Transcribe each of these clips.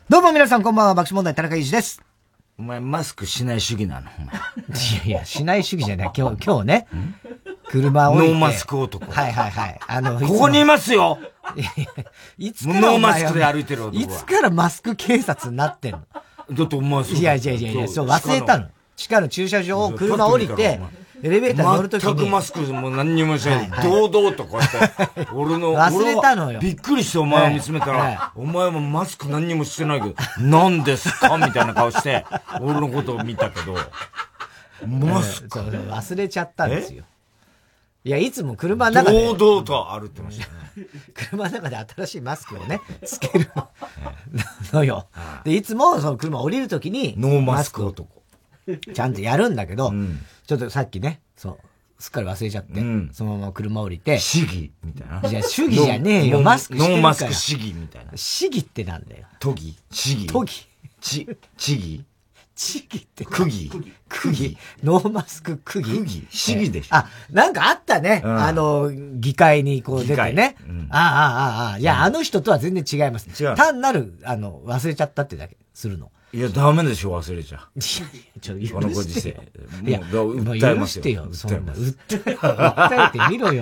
どうも皆さんこんばんは、爆笑問題田中裕二です。 お前マスクしない主義なのお前。 いや、しない主義じゃない。今日ね。車を降りて。 ノーマスク男。 はいはいはい。 ここにいますよいつからノーマスクで歩いてる男は。 いつからマスク警察になってんの？ だってお前そう。 いや、そう忘れたの。地下の駐車場を車降りて、エレベーターに乗るときに。 全くマスクも何にもしない。堂々とこうやって。 忘れたのよ。 びっくりしてお前を見つめたら、お前もマスク何にもしてないけど、何ですかみたいな顔して、俺のことを見たけど、マスク忘れちゃったんですよ。いや、いつも車の中で。 堂々と歩ってましたね。 車の中で新しいマスクをね、つけるのよ。で、いつもその車降りるときに、 ノーマスク男。 ちゃんとやるんだけど、ちょっとさっきね、そう、すっかり忘れちゃって、そのまま車降りて。 市議みたいな。 いや、主義じゃねえよ、マスクしてるから。 ノーマスク市議みたいな。 市議ってなんだよ。 都議市議都議地議市議って区議ノーマスク区議区議市議でしょ。 あ、なんかあったね。議会にこう出てね。いや、あの人とは全然違います。 違う。 単なる、忘れちゃったってだけするの。 いや、ダメでしょ、忘れちゃ。このご時世。 いや、訴えますよ。許してよ、そんな。訴えてみろよ、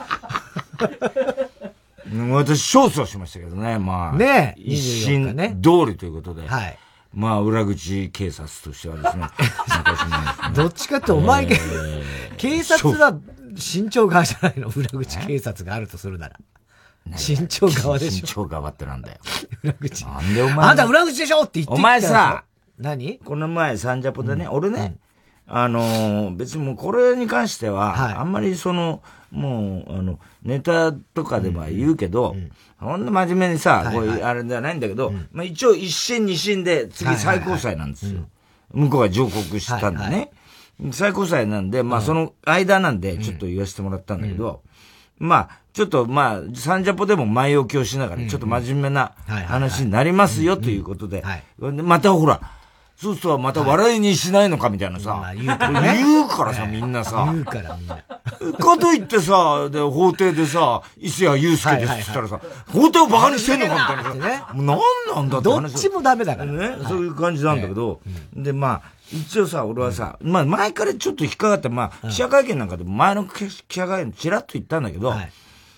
もう。私、勝訴しましたけどね、まあ。 ねえ。 一審通りということで。 はい。 まあ、裏口警察としてはですね。 どっちかってお前が、警察は慎重側じゃないの？裏口警察があるとするなら。慎重側でしょ。 慎重側ってなんだよ。 裏口。 なんでお前。 あんた裏口でしょって言ってお前さ、 何？ この前サンジャポでね、俺ね、別にもうこれに関しては、あんまりもう、ネタとかでは言うけど、ほんと真面目にさ、こういうあれではないんだけど、まあ一応一審二審で次最高裁なんですよ。向こうが上告したんでね。最高裁なんで、まあその間なんでちょっと言わせてもらったんだけど、まあ、ちょっとまあ、サンジャポでも前置きをしながら、ちょっと真面目な話になりますよということで、またほら、そうするとまた笑いにしないのかみたいなさ、言うからさ、みんなさ、 言うからみんな。 かといってさ、で、法廷でさ、伊勢谷友介ですって言ったらさ、法廷をバカにしてんのかみたいなさ、もう何なんだって話。 どっちもダメだからね。そういう感じなんだけど、で、まあ、一応さ、俺はさ、まあ前からちょっと引っかかって、まあ、記者会見なんかでも前の記者会見ちらっと言ったんだけど、いわ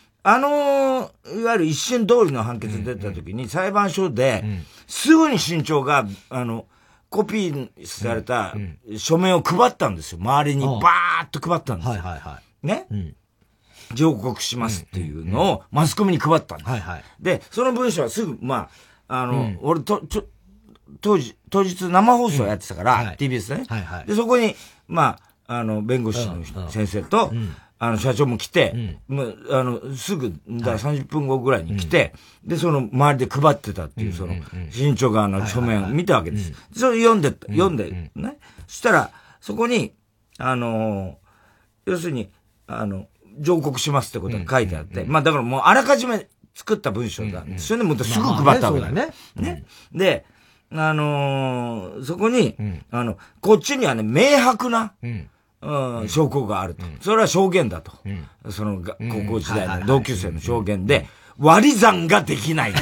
ゆる一審通りの判決出た時に裁判所で、すぐに新潮が、コピーされた書面を配ったんですよ。周りにバーッと配ったんですよ。ね。上告しますっていうのをマスコミに配ったんです。で、その文章はすぐ、まあ、俺当日生放送やってたから、TBS ね。で、そこに、まあ、弁護士の先生と、社長も来て、すぐ、だから30分後ぐらいに来て、で、その周りで配ってたっていう、その、新潮側の書面を見たわけです。それ読んで、ね。そしたら、そこに、要するに、上告しますってことが書いてあって、まあだからもうあらかじめ作った文章だ。それでもすぐ配ったわけだね。ね。で、そこに、こっちにはね、明白な、証拠があると。それは証言だと。その、高校時代の同級生の証言で、割り算ができない。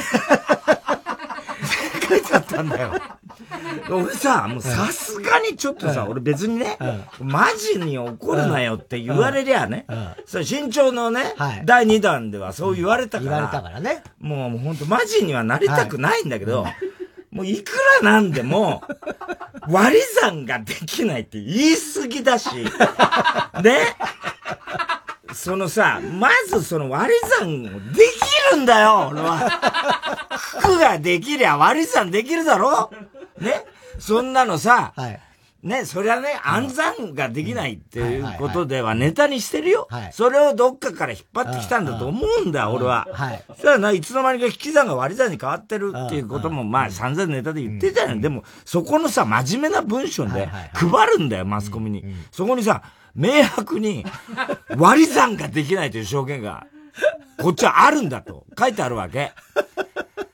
書いてあったんだよ。俺さ、もうさすがにちょっとさ、俺別にね、マジに怒るなよって言われりゃね、新潮のね、第2弾ではそう言われたから、 言われたからね。 もうほんとマジにはなりたくないんだけど、もういくらなんでも、割り算ができないって言い過ぎだし、ね。そのさ、まずその割り算もできるんだよ、俺は。服ができりゃ割り算できるだろね。そんなのさ、ね、そりゃね、暗算ができないっていうことではネタにしてるよ。それをどっかから引っ張ってきたんだと思うんだ、俺は。そしたらな、いつの間にか引き算が割り算に変わってるっていうことも、まあ散々ネタで言ってたよ。でも、そこのさ、真面目な文章で配るんだよ、マスコミに。そこにさ、明白に割り算ができないという証言が、こっちはあるんだと書いてあるわけ。こ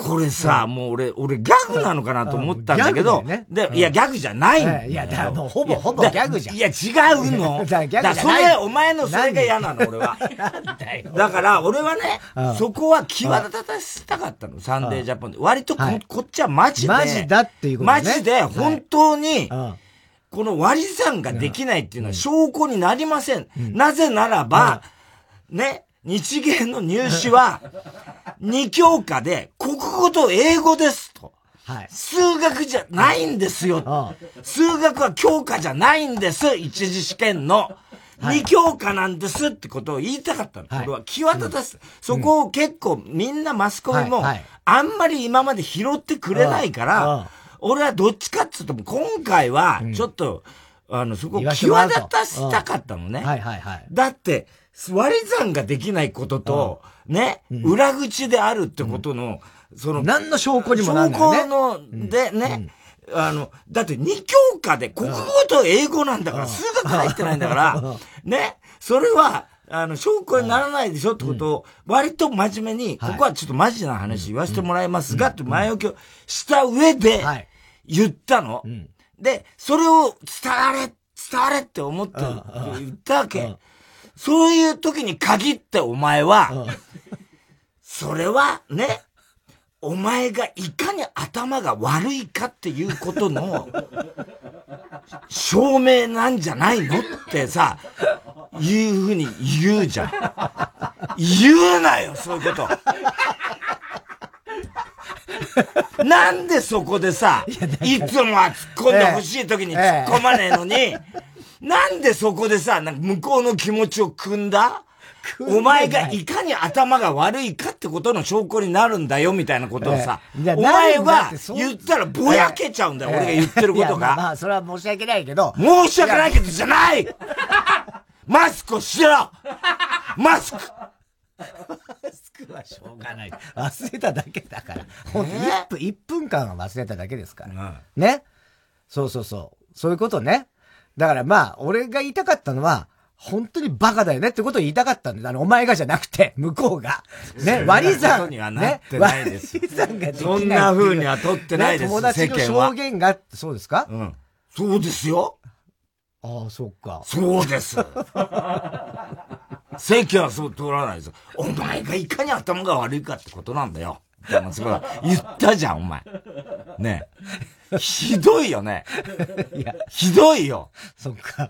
これさ、もう俺ギャグなのかなと思ったんだけど、で、いや、ギャグじゃないんだよ。 いや、もうほぼギャグじゃん。 いや、違うの。だそれ、お前のそれが嫌なの、俺は。 なんだよ。 だから、俺はね、そこは際立たせたかったの、サンデージャポンで。割とこっちはマジで。 マジだっていうことね。 マジで、本当に、この割り算ができないっていうのは証拠になりません。なぜならば、ね、日芸の入試は、2教科で、国語と英語ですと。 はい、 数学じゃないんですよ。数学は教科じゃないんです。一次試験の。2教科なんですってことを言いたかったの。これは際立たせ、そこを結構みんなマスコミも、あんまり今まで拾ってくれないから、俺はどっちかっていうと、今回は、ちょっと、そこを際立たせたかったのね。だって、割り算ができないことと、ね、裏口であるってことの、 何の証拠にもなんないね。 証拠の、でね、だって2教科で国語と英語なんだから、数学入ってないんだから、ね、それは、証拠にならないでしょってことを、割と真面目に、ここはちょっとマジな話言わせてもらいますが、って前置きをした上で、言ったの。で、それを伝われって思って言ったわけ。そういう時に限ってお前は、それはね、お前がいかに頭が悪いかっていうことの証明なんじゃないのってさ、いうふうに言うじゃん。言うなよ、そういうこと。なんでそこでさ、いつもは突っ込んでほしい時に突っ込まねえのに、なんでそこでさ、なんか向こうの気持ちを汲んだお前がいかに頭が悪いかってことの証拠になるんだよ、みたいなことをさ、お前は言ったらぼやけちゃうんだよ、俺が言ってることが。 まあ、それは申し訳ないけど。 申し訳ないけどじゃないマスクをしろマスクマスクはしょうがない。忘れただけだから。ほんと1分間は忘れただけですから。ね。そう。そういうことね。だからまあ、俺が言いたかったのは、本当にバカだよねってことを言いたかったんだ。お前がじゃなくて、向こうが。ね、割り算。 にはなってないです。 割り算ができない。 そんな風には取ってないです。 友達の証言が、そうですか？ そうですよ。 ああ、そうか。 そうです。世間はそう通らないです。お前がいかに頭が悪いかってことなんだよ。言ったじゃん、お前。ねえ。ひどいよね。いや、ひどいよ。 そっか。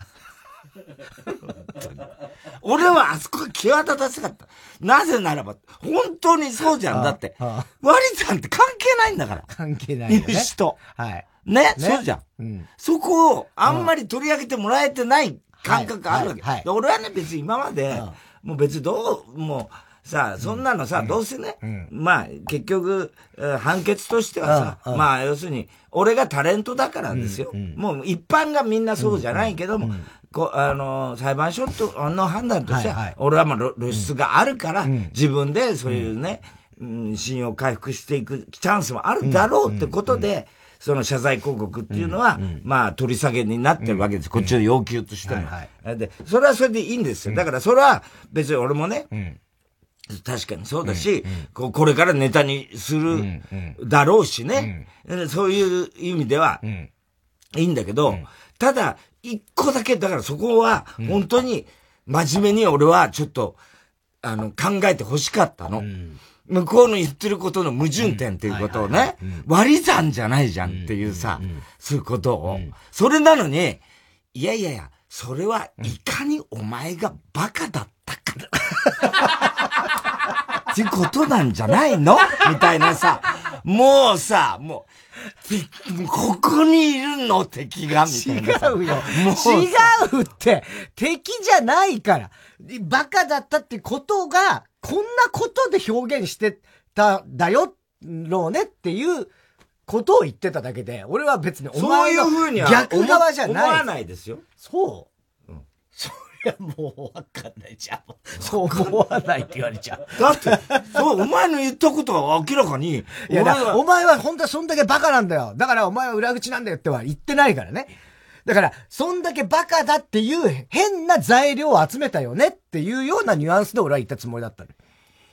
俺はあそこが際立たせたかった。なぜならば、本当にそうじゃん。だって、割り算って関係ないんだから。 関係ないよね。 入試と。 はい。 ね、そうじゃん。そこをあんまり取り上げてもらえてない感覚があるわけ。俺はね、別に今まで、もう別にもうさ、そんなのさ、どうせね、まあ、結局、判決としてはさ、まあ、要するに、俺がタレントだからですよ。もう一般がみんなそうじゃないけども、裁判所の判断としては、俺はまあ露出があるから、自分でそういうね、信用回復していくチャンスもあるだろうってことで、その謝罪広告っていうのは、まあ、取り下げになってるわけです。こっちの要求としても。で、それはそれでいいんですよ。だからそれは別に俺もね、確かにそうだし、これからネタにするだろうしね。そういう意味では、いいんだけど、ただ、一個だけ、だからそこは、本当に、真面目に俺はちょっと、考えて欲しかったの。向こうの言ってることの矛盾点っていうことをね、割り算じゃないじゃんっていうさ、そういうことを。それなのに、いや、それはいかにお前がバカだったかっていうことなんじゃないのみたいなさ、もうさ、ここにいるの敵がみたいなさ。 違うよ。違うって。敵じゃないから。バカだったってことが、こんなことで表現してただよろうねっていうことを言ってただけで、俺は別にお前の逆側じゃない。 思わないですよ。 そう。そりゃもうわかんないじゃん。そう思わないって言われちゃう。 だって、お前の言ったことは明らかに。 いや、お前は本当はそんだけバカなんだよ。だからお前は裏口なんだよっては言ってないからね。だから、そんだけバカだっていう変な材料を集めたよねっていうようなニュアンスで俺は言ったつもりだったの。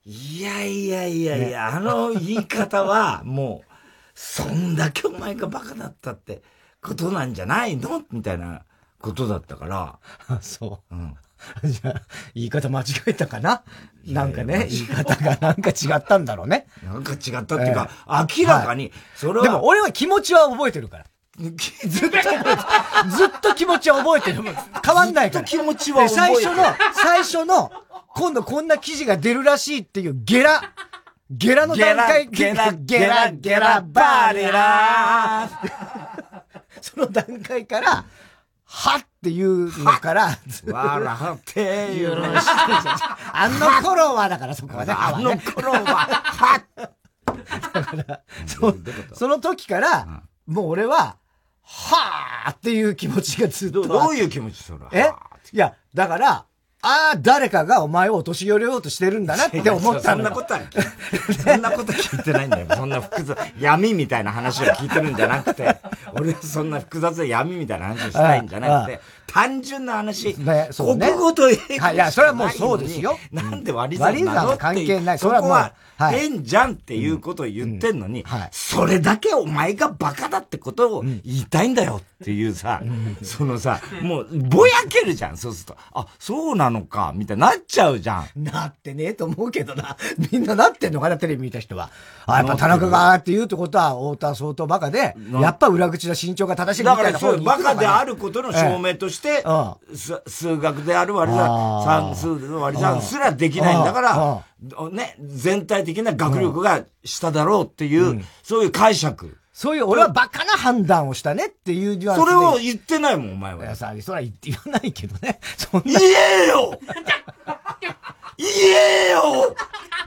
いやいやいやいや、あの言い方は、もう、そんだけお前がバカだったってことなんじゃないのみたいなことだったから。 そう。うん。じゃあ、言い方間違えたかななんかね、言い方がなんか違ったんだろうね。 なんか違ったっていうか、明らかに、それは。 でも俺は気持ちは覚えてるから。ずっと気持ちは覚えてる。変わんないから。 ずっと気持ちは覚えてる。 最初の、今度こんな記事が出るらしいっていうゲラの段階、 ゲラバーレラーその段階から、はっていうのから、 笑って許して。 あの頃はだからそこはね。 あの頃は、はだから、その時から、もう俺は、はーっていう気持ちがずっと。 どういう気持ちそれ？ いや、だから、誰かがお前を陥れようとしてるんだなって思ったの。そんなことは聞いてないんだよ。そんな複雑、闇みたいな話を聞いてるんじゃなくて、俺はそんな複雑な闇みたいな話をしたいんじゃなくて、単純な話、 ね、 国語と英語。 いや、それはもうそうですよ。 なんで割り算なのって関係ない。 そこは変じゃんっていうことを言ってんのに、それだけお前がバカだってことを言いたいんだよっていうさ、そのさ、もうぼやけるじゃん、そうすると。あ、そうなのか、みたいになっちゃうじゃん。 なってねえと思うけどな。みんななってんのかな、テレビ見た人は。やっぱ田中がって言うってことは、太田相当バカで、やっぱ裏口の身長が正しいみたいな方に。だからそう、バカであることの証明として、数学である割り算、算数の割り算すらできないんだから、ね、全体的な学力が下だろうっていう、そういう解釈。 そういう、俺はバカな判断をしたねっていうニュアンスで。それを言ってないもん、お前は。 いやさ、それは言わないけどね。 そんな。言えよ言えよ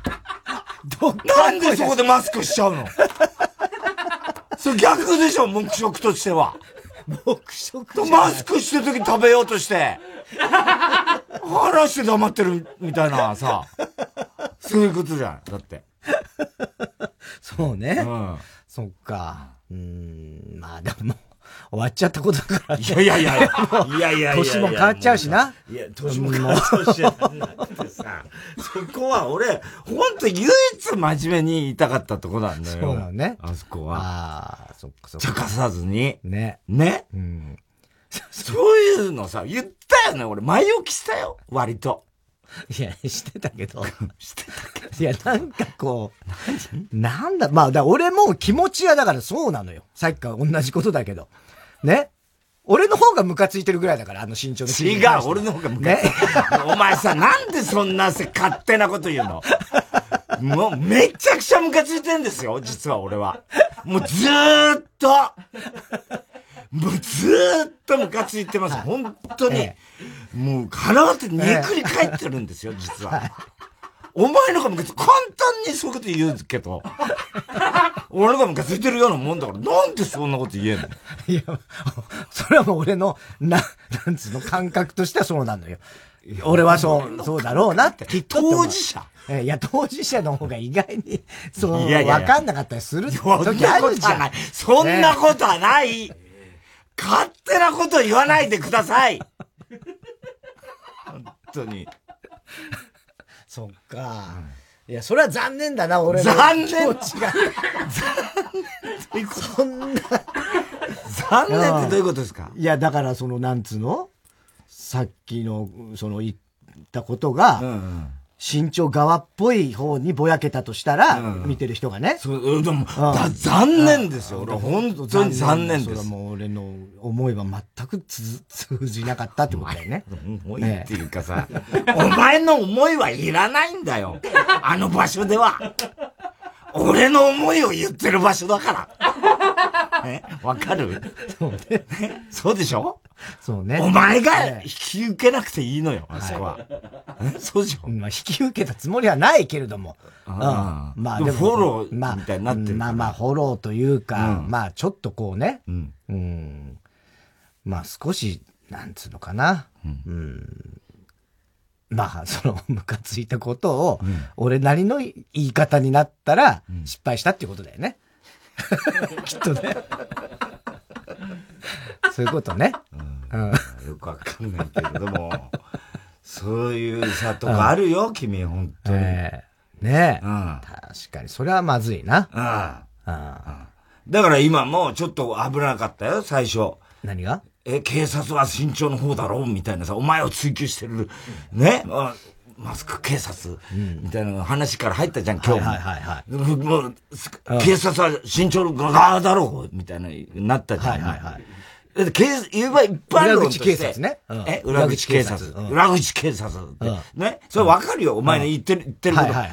なんでそこでマスクしちゃうのそれ逆でしょ、黙食としては。 黙食とマスクしてるとき食べようとして、話して黙ってるみたいなさ、そういうことじゃん、だって。 そうね。そっか。まあでも、終わっちゃったことだからね。 いや。 年も変わっちゃうしな。 いや、年も変わっちゃうしな。ってさ、そこは俺、ほんと唯一真面目に言いたかったとこなんだよ。 そうだね。 あそこは。 そっか。 茶化さずに。 ね。 そういうのさ、言ったよね。俺、前置きしたよ。割と。 いや、してたけど。いや、なんかこう、なんだ、まあ、俺も気持ちはだからそうなのよ。さっきから同じことだけど。ね。俺の方がムカついてるぐらいだから、あの身長の。 違う、俺の方がムカついてる。お前さ、なんでそんな勝手なこと言うのもう、めちゃくちゃムカついてんですよ、実は俺は。もうずーっと。もうずーっとムカついてます。本当に。もう腹割ってにくり返ってるんですよ、実は。お前のがムカついて、簡単にそういうこと言うけど、俺のがムカついてるようなもんだから、なんでそんなこと言えんの？ いや、それはもう俺の、なんつうの感覚としてはそうなのよ。俺はそうだろうなって、きっと。 当事者いや、当事者の方が意外に、わかんなかったりする時あるじゃん。 そんなことはない。勝手なこと言わないでください。本当に。 そっか。いや、それは残念だな、俺の。残念。 残念。そんな。 残念ってどういうことですか？ いや、だからなんつうの？さっきの、言ったことが、身長側っぽい方にぼやけたとしたら、見てる人がね。 でも、残念ですよ。俺、本当に残念です。それはもう俺の思いは全く通じなかったってことだよね。 思いっていうかさ、お前の思いはいらないんだよ。あの場所では。俺の思いを言ってる場所だから。わかる？ そうね。 そうでしょ？ そうね。 お前が引き受けなくていいのよ、あそこは。そうでしょ？ まあ、引き受けたつもりはないけれども。 まあ、でもフォローみたいになってる。 まあ、フォローというか、まあ、ちょっとこうね。まあ、少し、なんつうのかな。まあ、ムカついたことを、俺なりの言い方になったら、失敗したっていうことだよね。きっとね。そういうことね。 よくわかんないけれども、そういうさ、とかあるよ、君、本当に。 ねえ。確かに、それはまずいな。 だから今もちょっと危なかったよ、最初。 何が？ 警察は慎重の方だろうみたいなさ、お前を追及してる、ね、マスク警察、みたいな話から入ったじゃん、今日も。もう、警察は慎重の側だろうみたいな、なったじゃん。言えば一般論として。 裏口警察ね。 裏口警察。裏口警察って。ね。それわかるよ、お前の言ってること。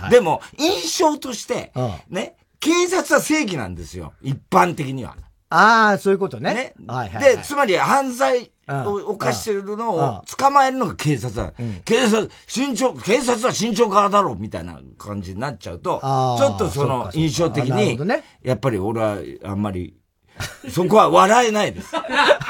でも、印象として、ね、警察は正義なんですよ、一般的には。 ああ、そういうことね。 で、つまり犯罪を犯してるのを捕まえるのが警察だ。警察は慎重側だろうみたいな感じになっちゃうと、ちょっとその印象的に、やっぱり俺はあんまり、そこは笑えないです。そっ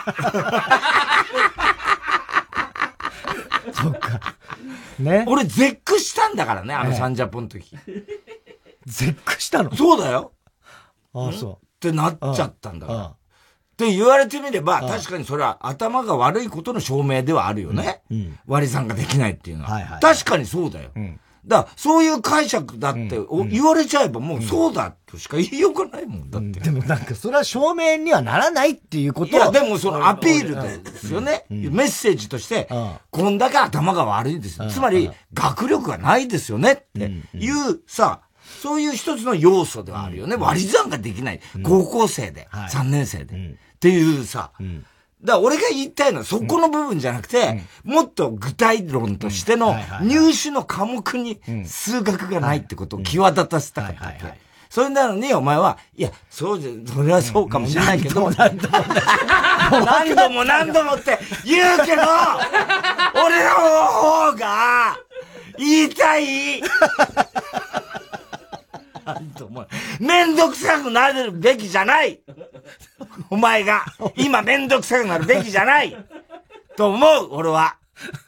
か。ね。 俺絶句したんだからね、あのサンジャポの時。 絶句したの？ そうだよ。 ああ、そう。 ってなっちゃったんだから。って言われてみれば、確かにそれは頭が悪いことの証明ではあるよね。割り算ができないっていうのは。確かにそうだよ。だから、そういう解釈だって言われちゃえばもうそうだとしか言いようがないもんだって。 でもなんかそれは証明にはならないっていうこといや、でもそのアピールですよね。メッセージとして、こんだけ頭が悪いですよ。つまり、学力がないですよねっていうさ、そういう一つの要素ではあるよね。割り算ができない。高校生で、3年生で。っていうさ。だから俺が言いたいのはそこの部分じゃなくて、もっと具体論としての入試の科目に数学がないってことを際立たせたかったわけ。それなのにお前は、いや、それはそうかもしれないけど、何度も何度もって言うけど、俺の方が言いたいめんどくさくなるべきじゃないお前が今めんどくさくなるべきじゃないと思う俺は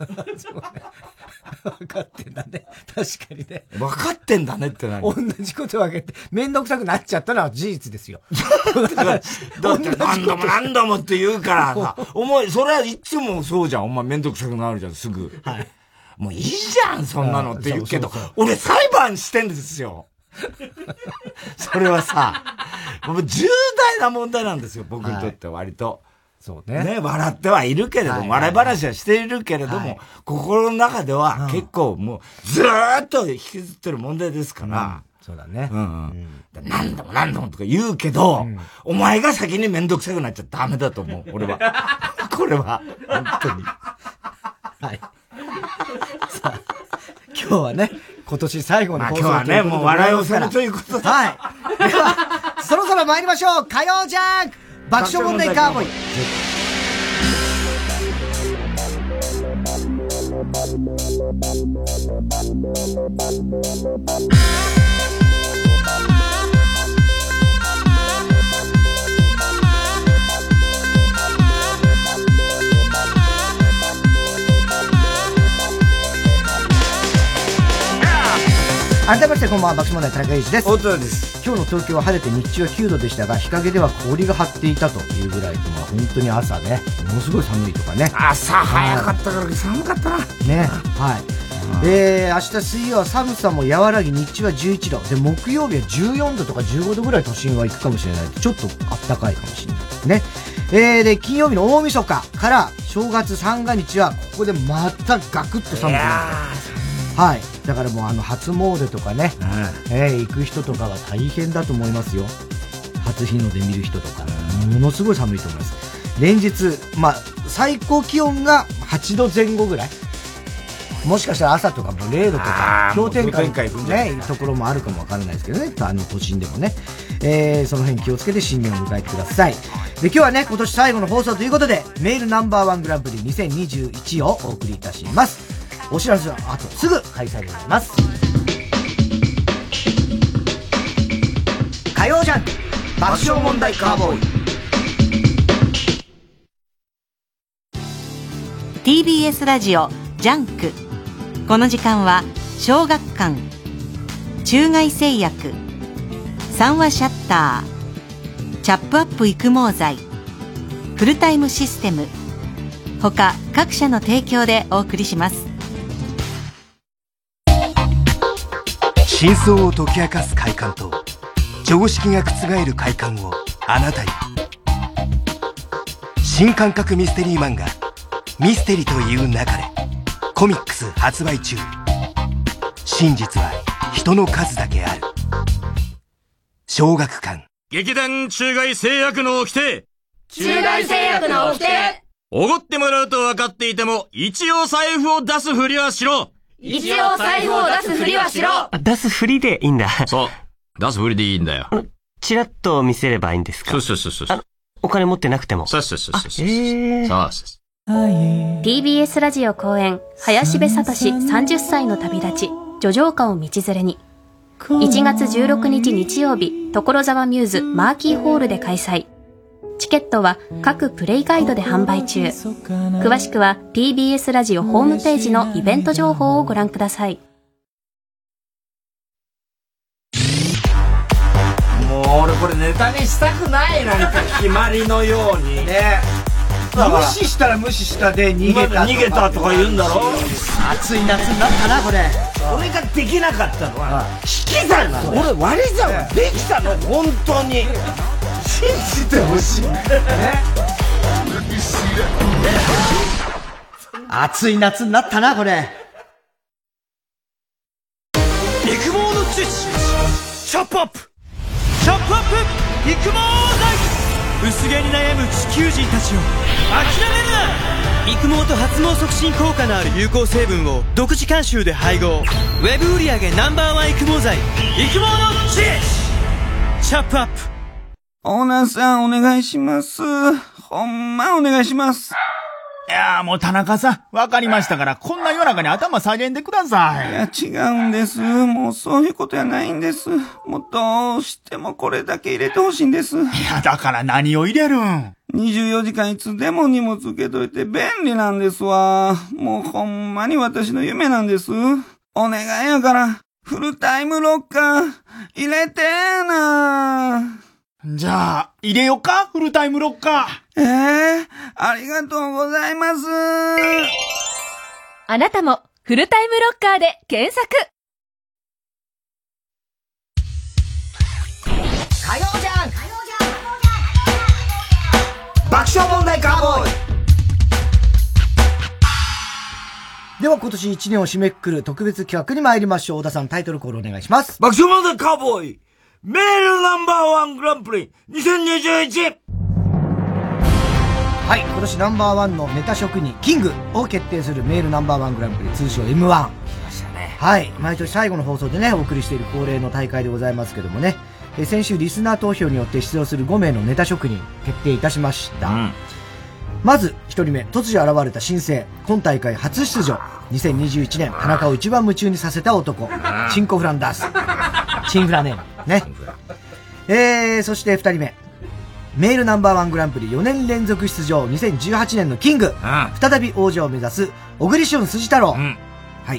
分かってんだね。確かにね。 分かってんだねって何？ 同じこと分かって、めんどくさくなっちゃったのは事実ですよ。 だって何度も何度もって言うからさ、それはいつもそうじゃん。お前めんどくさくなるじゃん、すぐ。はい。もういいじゃん、そんなのって言うけど、俺裁判してんですよ。それはさ、もう重大な問題なんですよ、僕にとって割と。 そうね。 ね、笑ってはいるけれども、笑い話はしているけれども、心の中では結構もうずーっと引きずってる問題ですから。 そうだね。 何度も何度もとか言うけど、お前が先にめんどくさくなっちゃダメだと思う、俺は。これは、本当に。 はい。さあ、今日はね、今年最後の放送今日はね、もう笑いをするということで。 はい。では、そろそろ参りましょう。火曜ジャンク爆笑問題カーボーイ。改めましてこんばんは、爆笑問題田中裕二です。 大田です。 今日の東京は晴れて日中は9度でしたが、日陰では氷が張っていたというぐらいと、まあ本当に朝ね、ものすごい寒いとかね。 朝早かったから寒かったな。 ね、はい。明日水曜は寒さも和らぎ、日中は11度。で、木曜日は14度とか15度ぐらい都心は行くかもしれない。ちょっと暖かいかもしれないですね。で、金曜日の大晦日から正月三が日は、ここでまたガクッと寒くなる。はい。だからもう初詣とかね、行く人とかは大変だと思いますよ。初日の出見る人とか。ものすごい寒いと思います。連日、まあ、最高気温が8度前後ぐらい。もしかしたら朝とかも0度とか、氷点下ね、ところもあるかもわからないですけどね、都心でもね。その辺気をつけて新年を迎えてください。で、今日はね、今年最後の放送ということで、メールナンバーワングランプリ2021をお送りいたします。お知らせはあとすぐ開催でございます。火曜ジャンク爆笑問題カーボーイ TBS ラジオジャンク。この時間は小学館、中外製薬、三和シャッター、チャップアップ育毛剤、フルタイムシステム他各社の提供でお送りします。 真相を解き明かす快感と常識が覆る快感をあなたに。新感覚ミステリー漫画ミステリという中でコミックス発売中。真実は人の数だけある。小学館。 劇団中外製薬の掟。 中外製薬の掟。 おごってもらうと分かっていても一応財布を出すふりはしろ。 一応財布を出すふりはしろ。 出すふりでいいんだ。 そう。出すふりでいいんだよ。 チラッと見せればいいんですか？ そう。 お金持ってなくても。 そう。 TBS ラジオ公演、林部聡30歳の旅立ち、叙情歌を道連れに。1月16日日曜日、所沢ミューズマーキーホールで開催。チケットは各プレイガイドで販売中。詳しくは TBS ラジオホームページのイベント情報をご覧ください。 もう俺これネタにしたくない。なんか決まりのようにね。 無視したら無視したで逃げたとか言うんだろ。 暑い夏になったなこれ。 俺ができなかったのは引き算なの。俺割り算はできたの。本当に信じてほしいね。 暑い夏になったなこれ。 育毛の知識チャップアップ育毛剤。薄毛に悩む地球人たちを諦めるな。育毛と発毛促進効果のある有効成分を独自監修で配合。ウェブ売上 No.1 育毛剤育毛の知識チャップアップ。 オーナーさんお願いします。ほんまお願いします。 いやーもう田中さん、わかりましたから、こんな夜中に頭下げんでください。 いや違うんです。もうそういうことやないんです。もうどうしてもこれだけ入れてほしいんです。 いやだから何を入れるん ？24時間いつでも荷物受けといて便利なんですわ。もうほんまに私の夢なんです。お願いやから、フルタイムロッカー入れてーな。 じゃあ、入れよかフルタイムロッカー。 ありがとうございます。 あなたもフルタイムロッカーで検索。 火曜じゃん爆笑問題カーボーイ。では今年1年を締めくくる特別企画に参りましょう。小田さんタイトルコールお願いします。 爆笑問題カーボーイメールナンバー1グランプリ2021。 はい、今年ナンバー1のネタ職人キングを決定するメールナンバー1グランプリ、通称 M1。来ましたね。 はい、毎年最後の放送でねお送りしている恒例の大会でございますけどもね、先週リスナー投票によって出場する5名のネタ職人決定いたしました。まず1人目、突如現れた新星、今大会初出場、2021年田中を一番夢中にさせた男、チンコフランダース、チンフラネームね。そして2人目、メールナンバー1グランプリ4年連続出場、2018年のキング、再び王者を目指す小栗旬筋太郎、はい。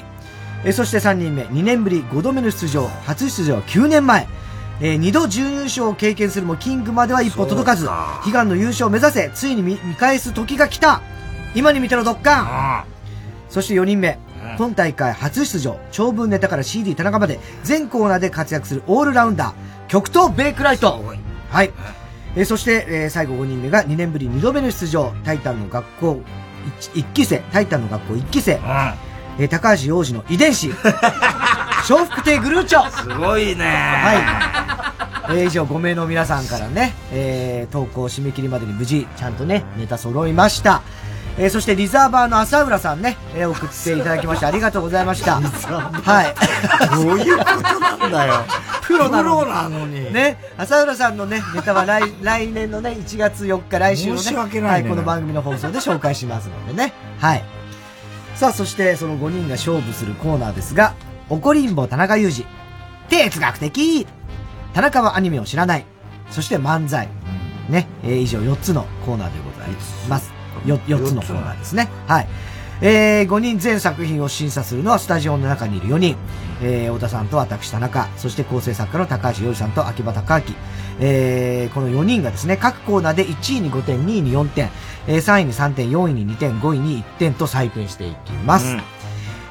そして3人目、2年ぶり5度目の出場、初出場9年前、2度準優勝を経験するもキングまでは一歩届かず、悲願の優勝を目指せ、ついに見返す時が来た、今に見てろドッカン。そして4人目、今大会初出場、長文ネタから CD 田中まで全コーナーで活躍するオールラウンダー、極東ベイクライト。はい。そして、最後5人目が2年ぶり2度目の出場、タイタンの学校1期生、タイタンの学校1期生、高橋洋二の遺伝子、笑福亭グルーチョ。 すごいね。 はい。以上5名の皆さんからね、投稿締め切りまでに無事、ちゃんとね、ネタ揃いました。そしてリザーバーの浅浦さんね、送っていただきましてありがとうございました。はい。 どういうことなんだよ。 プロなのに。ね、浅浦さんのね、ネタは来年のね、1月4日、来週のね、 申し訳ないね。 はい、この番組の放送で紹介しますのでね。はい。さあ、そしてその5人が勝負するコーナーですが、怒りんぼ田中裕二、哲学的、田中はアニメを知らない、そして漫才。ね、以上4つのコーナーでございます。4つのコーナーですね。はい。5人全作品を審査するのはスタジオの中にいる4人。太田さんと私田中、そして構成作家の高橋洋二さんと秋葉隆明。この4人がですね、各コーナーで1位に5点、2位に4点、3位に3点、4位に2点、5位に1点と採点していきます。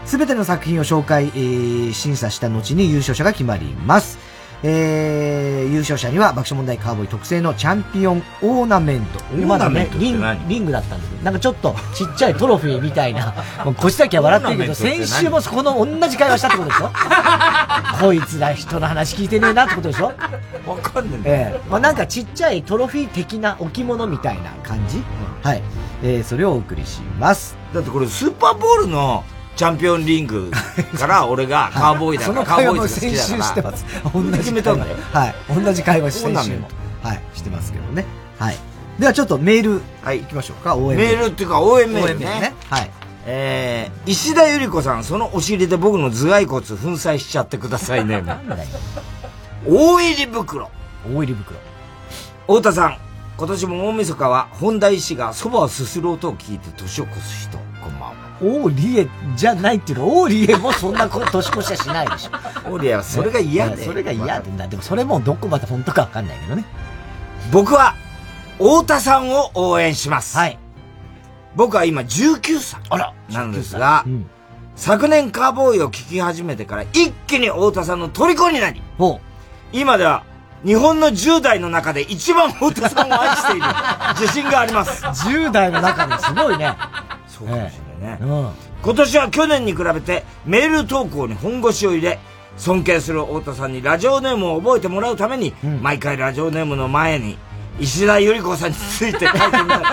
すべての作品を紹介、審査した後に優勝者が決まります。優勝者には爆笑問題カーボーイ特製のチャンピオンオーナメント。まだね、リングだったんだけど、なんかちょっとちっちゃいトロフィーみたいな、もう腰だけは笑ってるけど、先週もこの同じ会話したってことでしょこいつら人の話聞いてねえなってことでしょわかんねえまあなんかちっちゃいトロフィー的な置物みたいな感じ、はい。それをお送りします。 だってこれスーパーボールのチャンピオンリングから俺がカーボーイだからカーボーイズが好きだから。 その会話も先週してます。 同じ決めたんだよ。 はい。同じ会話先週も。はい。してますけどね。はい。ではちょっとメール、はい。行きましょうか。応援メールっていうか応援メールね。 はい。 石田ゆり子さん、そのお尻で僕の頭蓋骨粉砕しちゃってくださいね。 なんだよ。 大入り袋。 大入り袋。 太田さん、今年も大晦日は本田医師が蕎麦をすする音を聞いて年を越す人、こんばんは。 オーリエじゃないっていうの、オーリエもそんな年越しはしないでしょ。 オーリエはそれが嫌で。 それが嫌でな。でもそれもどこまで本当かわかんないけどね。 僕は、太田さんを応援します。 はい。 僕は今19歳。なんですが、昨年カーボーイを聴き始めてから一気に太田さんの虜になり、今では日本の10代の中で一番太田さんを愛している自信があります。 10代の中ですごいね。 そうかもしれないね。今年は去年に比べてメール投稿に本腰を入れ、尊敬する太田さんにラジオネームを覚えてもらうために、毎回ラジオネームの前に石田ゆり子さんについて書いてみた。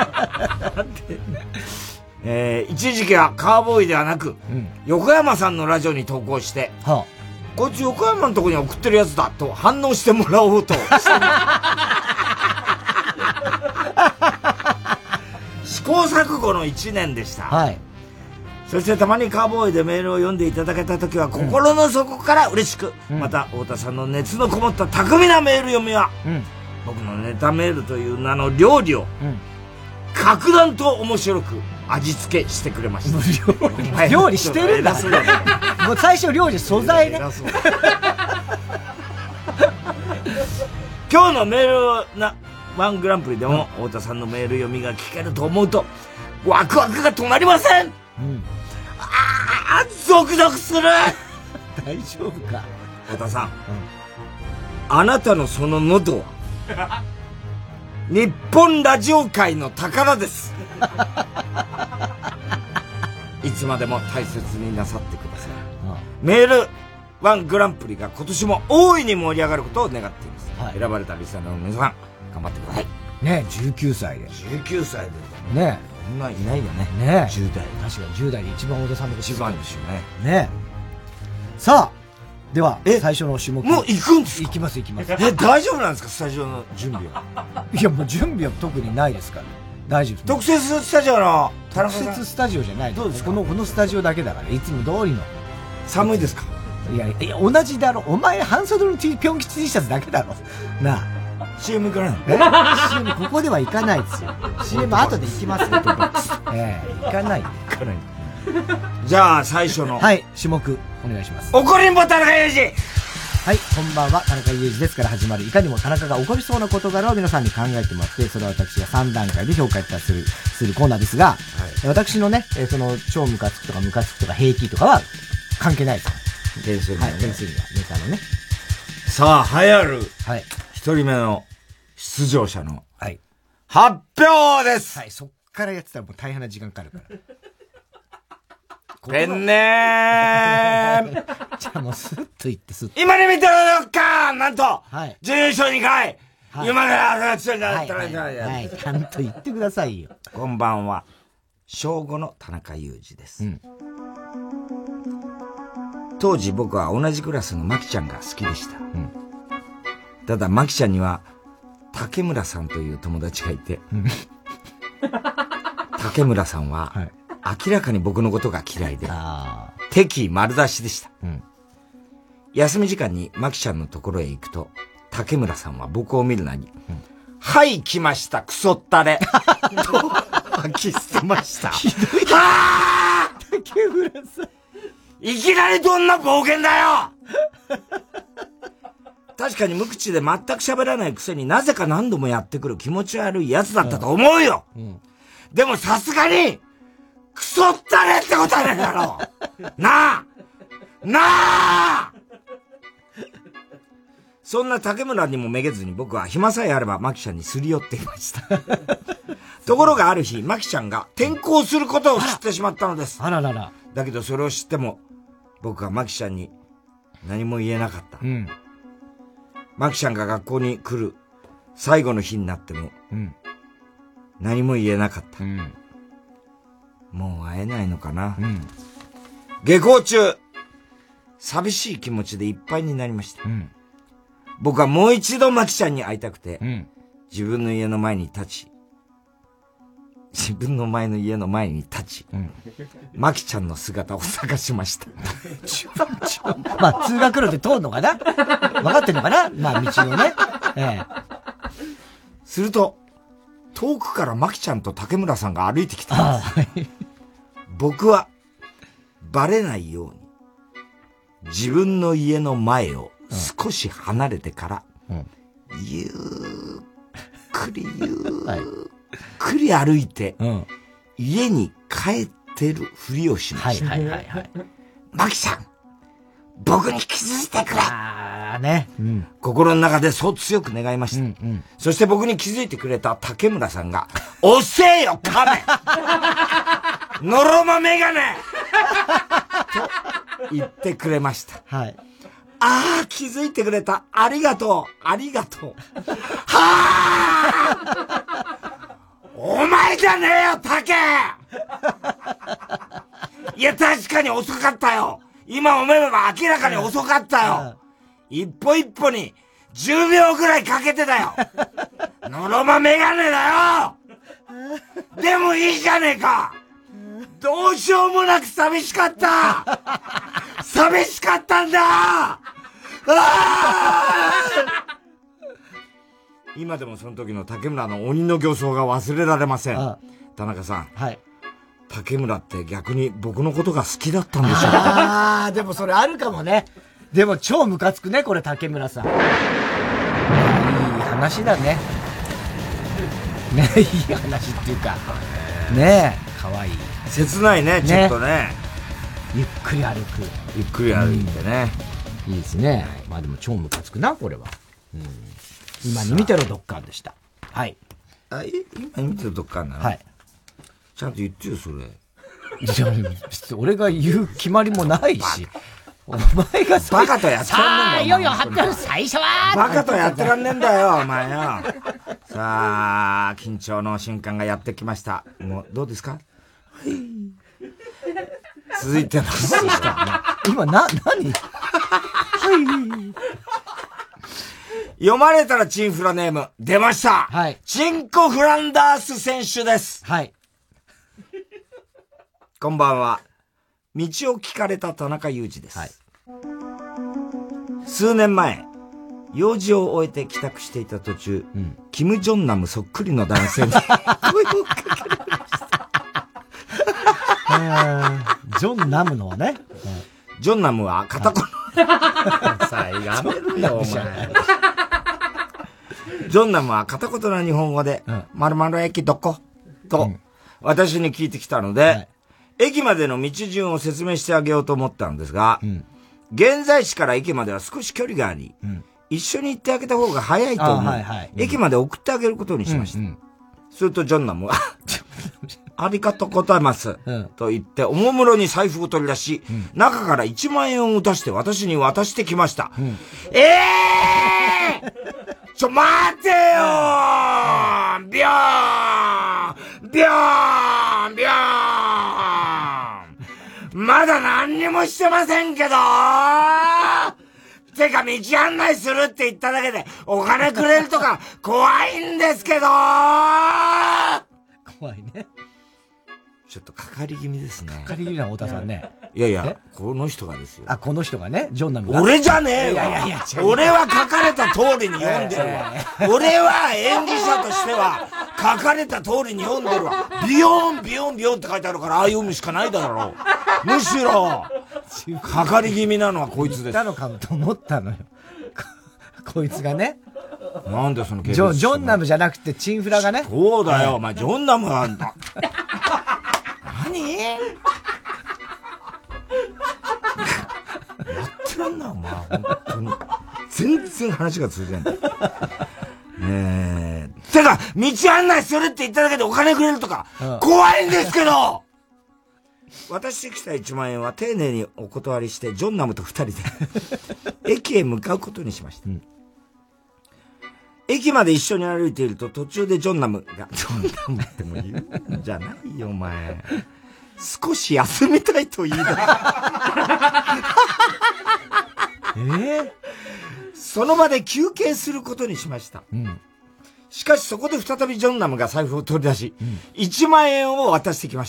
一時期はカーボーイではなく、横山さんのラジオに投稿して、こいつ横山のとこに送ってるやつだと反応してもらおうとして試行錯誤の1年でした。はい。そしてたまにカーボーイでメールを読んでいただけたときは心の底から嬉しく、また太田さんの熱のこもった巧みなメール読みは、僕のネタメールという名の料理を、格段と面白く味付けしてくれました。 料理してるんだ。もう最初料理素材ね。 今日のメールなワングランプリでも太田さんのメール読みが聞けると思うとワクワクが止まりません。ゾクゾクする。 大丈夫か太田さん、あなたのその喉は日本ラジオ界の宝です。いつまでも大切になさってください。メールワングランプリが今年も大いに盛り上がることを願っています。選ばれたリスナーの皆さん、頑張ってください。 ねえ、19歳で。 19歳で。 ねえ。 そんないないよね。 ねえ。 10代。 確かに10代で一番太田さんの一番ですよね。 ねえ。さあ、では、最初の種目。 もう行くんですか？ 行きます、行きます。 大丈夫なんですか？スタジオの準備は。 いや、もう準備は特にないですから。大丈夫です。 特設スタジオの特設スタジオじゃない。どうですか？このスタジオだけだから、いつも通りの。 寒いですか？ いや、同じだろ。お前、半袖のピョン吉 T シャツだけだろ。なあ。 CM 行かないの？CM ここでは行かないですよ。CM 後で行きますよ。行かない。 行かない。じゃあ、最初の。 はい、種目、お願いします。 怒りんぼ田中裕二。 はい、こんばんは、田中裕二ですから始まる、いかにも田中が起こりそうな事柄を皆さんに考えてもらって、それを私が3段階で評価するコーナーですが、私のね、その、超ムカつくとかムカつくとか平気とかは関係ないです。 点数には。 はい、点数には、ネタのね。 さあ、流行る。 はい。 一人目の出場者の。はい。発表です。 はい、そっからやってたらもう大変な時間かかるから。 ペンネームじゃあもうスッと言ってスッと。 今に見てろよかなんと、 はい、 準優勝2回、はい、今から朝強いんだったら、 はい、ちゃんと言ってくださいよ。 こんばんは。小5の田中裕二です。当時僕は同じクラスのマキちゃんが好きでした。ただマキちゃんには、竹村さんという友達がいて、竹村さんは、明らかに僕のことが嫌いで、敵意丸出しでした。休み時間にマキちゃんのところへ行くと、竹村さんは僕を見るなり、はい、来ました、クソったれ。と、吐き捨てました。 ひどい。 はぁ竹村さん。 いきなりどんな暴言だよ確かに無口で全く喋らないくせになぜか何度もやってくる気持ち悪い奴だったと思うよ、でもさすがに、 クソったれってことはねえだろなあそんな竹村にもめげずに僕は暇さえあればマキちゃんにすり寄っていました。ところがある日、マキちゃんが転校することを知ってしまったのです。 あららら。 だけどそれを知っても、僕はマキちゃんに何も言えなかった。うん、マキちゃんが学校に来る最後の日になっても、うん、何も言えなかった。うん、もう会えないのかな。うん、下校中、寂しい気持ちでいっぱいになりました。うん、僕はもう一度マキちゃんに会いたくて、うん、自分の家の前に立ち、うん、マキちゃんの姿を探しました。 まあ、通学路で通るのかな？分かってんのかな？まあ、道をね。 すると、遠くからマキちゃんと竹村さんが歩いてきたんです。僕は、バレないように、自分の家の前を少し離れてから、ゆっくり歩いて、家に帰ってるふりをしました。マキさん、僕に気づいてくれ。心の中でそう強く願いました。そして僕に気づいてくれた竹村さんが、遅えよ、亀のろまメガネと言ってくれました。ああ、気づいてくれた。ありがとう。はあお前じゃねえよ、竹いや、確かに遅かったよ。今思えば明らかに遅かったよ。一歩一歩に10秒ぐらいかけてたよ。のろまメガネだよ。でもいいじゃねえか。どうしようもなく寂しかった。寂しかったんだ。今でもその時の竹村の鬼の形相が忘れられません。田中さん。竹村って逆に僕のことが好きだったんでしょうか。 ああ、でもそれあるかもね。でも超ムカつくね、これ竹村さん。いい話だね。ね、いい話っていうか。ねえ、かわいい。 切ないね、ちょっとね。 ゆっくり歩く。 ゆっくり歩いてね。 いいですね。まあでも超ムカつくな、これは。今に見てろドッカンでした。はい。 今に見てろドッカンなの？はい。ちゃんと言ってよ、それ。 じゃあ、俺が言う決まりもないし。お前がバカとやってらんねんだよ。 いよいよ発表最初はバカとやってらんねんだよ、お前よ。さあ、緊張の瞬間がやってきました。もう、どうですか？はい。続いての瞬間。 今、何？はい。 読まれたらチンフラネーム、出ました。はい。チンコフランダース選手です。 はい。 こんばんは。道を聞かれた田中裕二です。はい。数年前、用事を終えて帰宅していた途中、キム・ジョンナムそっくりの男性に声をかけられました。 ジョンナムのね。 ジョンナムは片言。さあ、やめろよ、お前。ジョンナムは片言な日本語で、〇〇駅どこ？と、私に聞いてきたので、駅までの道順を説明してあげようと思ったんですが、現在地から駅までは少し距離があり、一緒に行ってあげた方が早いと思う。駅まで送ってあげることにしました。するとジョンナムは、ありがとうございます。と言って、おもむろに財布を取り出し、中から1万円を出して私に渡してきました。ちょ、待てよービョーンビョーンビョーンまだ何にもしてませんけどてか、道案内するって言っただけで、お金くれるとか、怖いんですけど怖いね。 ちょっとかかり気味ですね。 かかり気味な太田さんね。 いやいや、この人がですよ。 あ、この人がね、ジョンナムが。 俺じゃねえよ。いやいや俺は書かれた通りに読んでるわ。俺は演技者としては、書かれた通りに読んでるわ。ビヨーン、ビヨーン、ビヨーンって書いてあるから、ああ読むしかないだろう。むしろ、かかり気味なのはこいつです。 言ったのかと思ったのよ。こいつがね。 なんでそのジョンナムじゃなくてチンフラがね。 そうだよ、お前、ジョンナムは、何本当に。全然話が通じない。てか、道案内するって言っただけでお金くれるとか、怖いんですけど渡してきた1万円は丁寧にお断りして、ジョンナムと2人で駅へ向かうことにしました。駅まで一緒に歩いていると途中でジョンナムが、ジョンナムってもう言うんじゃないよお前。少し休みたいと言い出した。その場で休憩することにしました。しかしそこで再びジョンナムが財布を取り出し、1万円を渡してきました。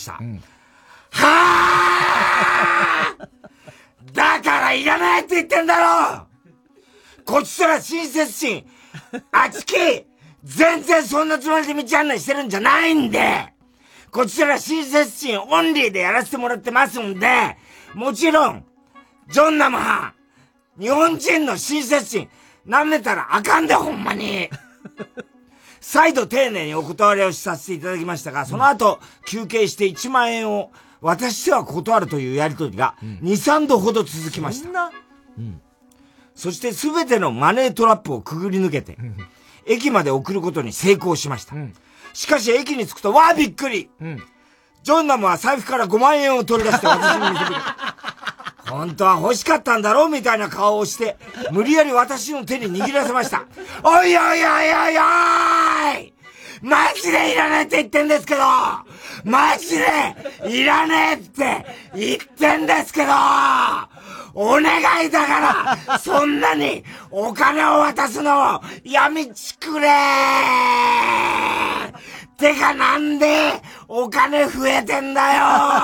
はぁだからいらないって言ってんだろ。こっちとら親切心、あちき全然そんなつもりで道案内してるんじゃないんで、こっちとら親切心オンリーでやらせてもらってますんで、もちろんジョンナムは日本人の親切心舐めたらあかんで、ほんまに。再度丁寧にお断りをさせていただきましたが、その後休憩して1万円を渡しては断るというやりとりが2、3度ほど続きました。そして全てのマネートラップをくぐり抜けて、駅まで送ることに成功しました。しかし駅に着くと、わーびっくり、ジョンナムは財布から5万円を取り出して私に見せてくれ。本当は欲しかったんだろうみたいな顔をして、無理やり私の手に握らせました。おいおいおいおいおいマジでいらないって言ってんですけど、マジでいらねえって言ってんですけど、お願いだからそんなにお金を渡すのをやめちくれー。てかなんでお金増えてんだよ。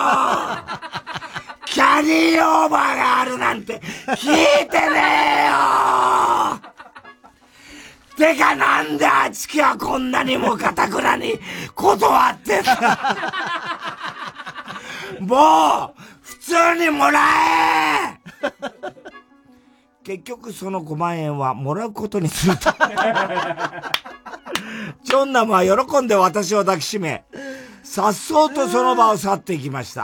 キャリーオーバーがあるなんて聞いてねえよ。てかなんであちきはこんなにも堅くなに断ってんだ。もう普通にもらえ。結局その5万円はもらうことにすると。ジョンナムは喜んで私を抱きしめ、さっそうとその場を去っていきました。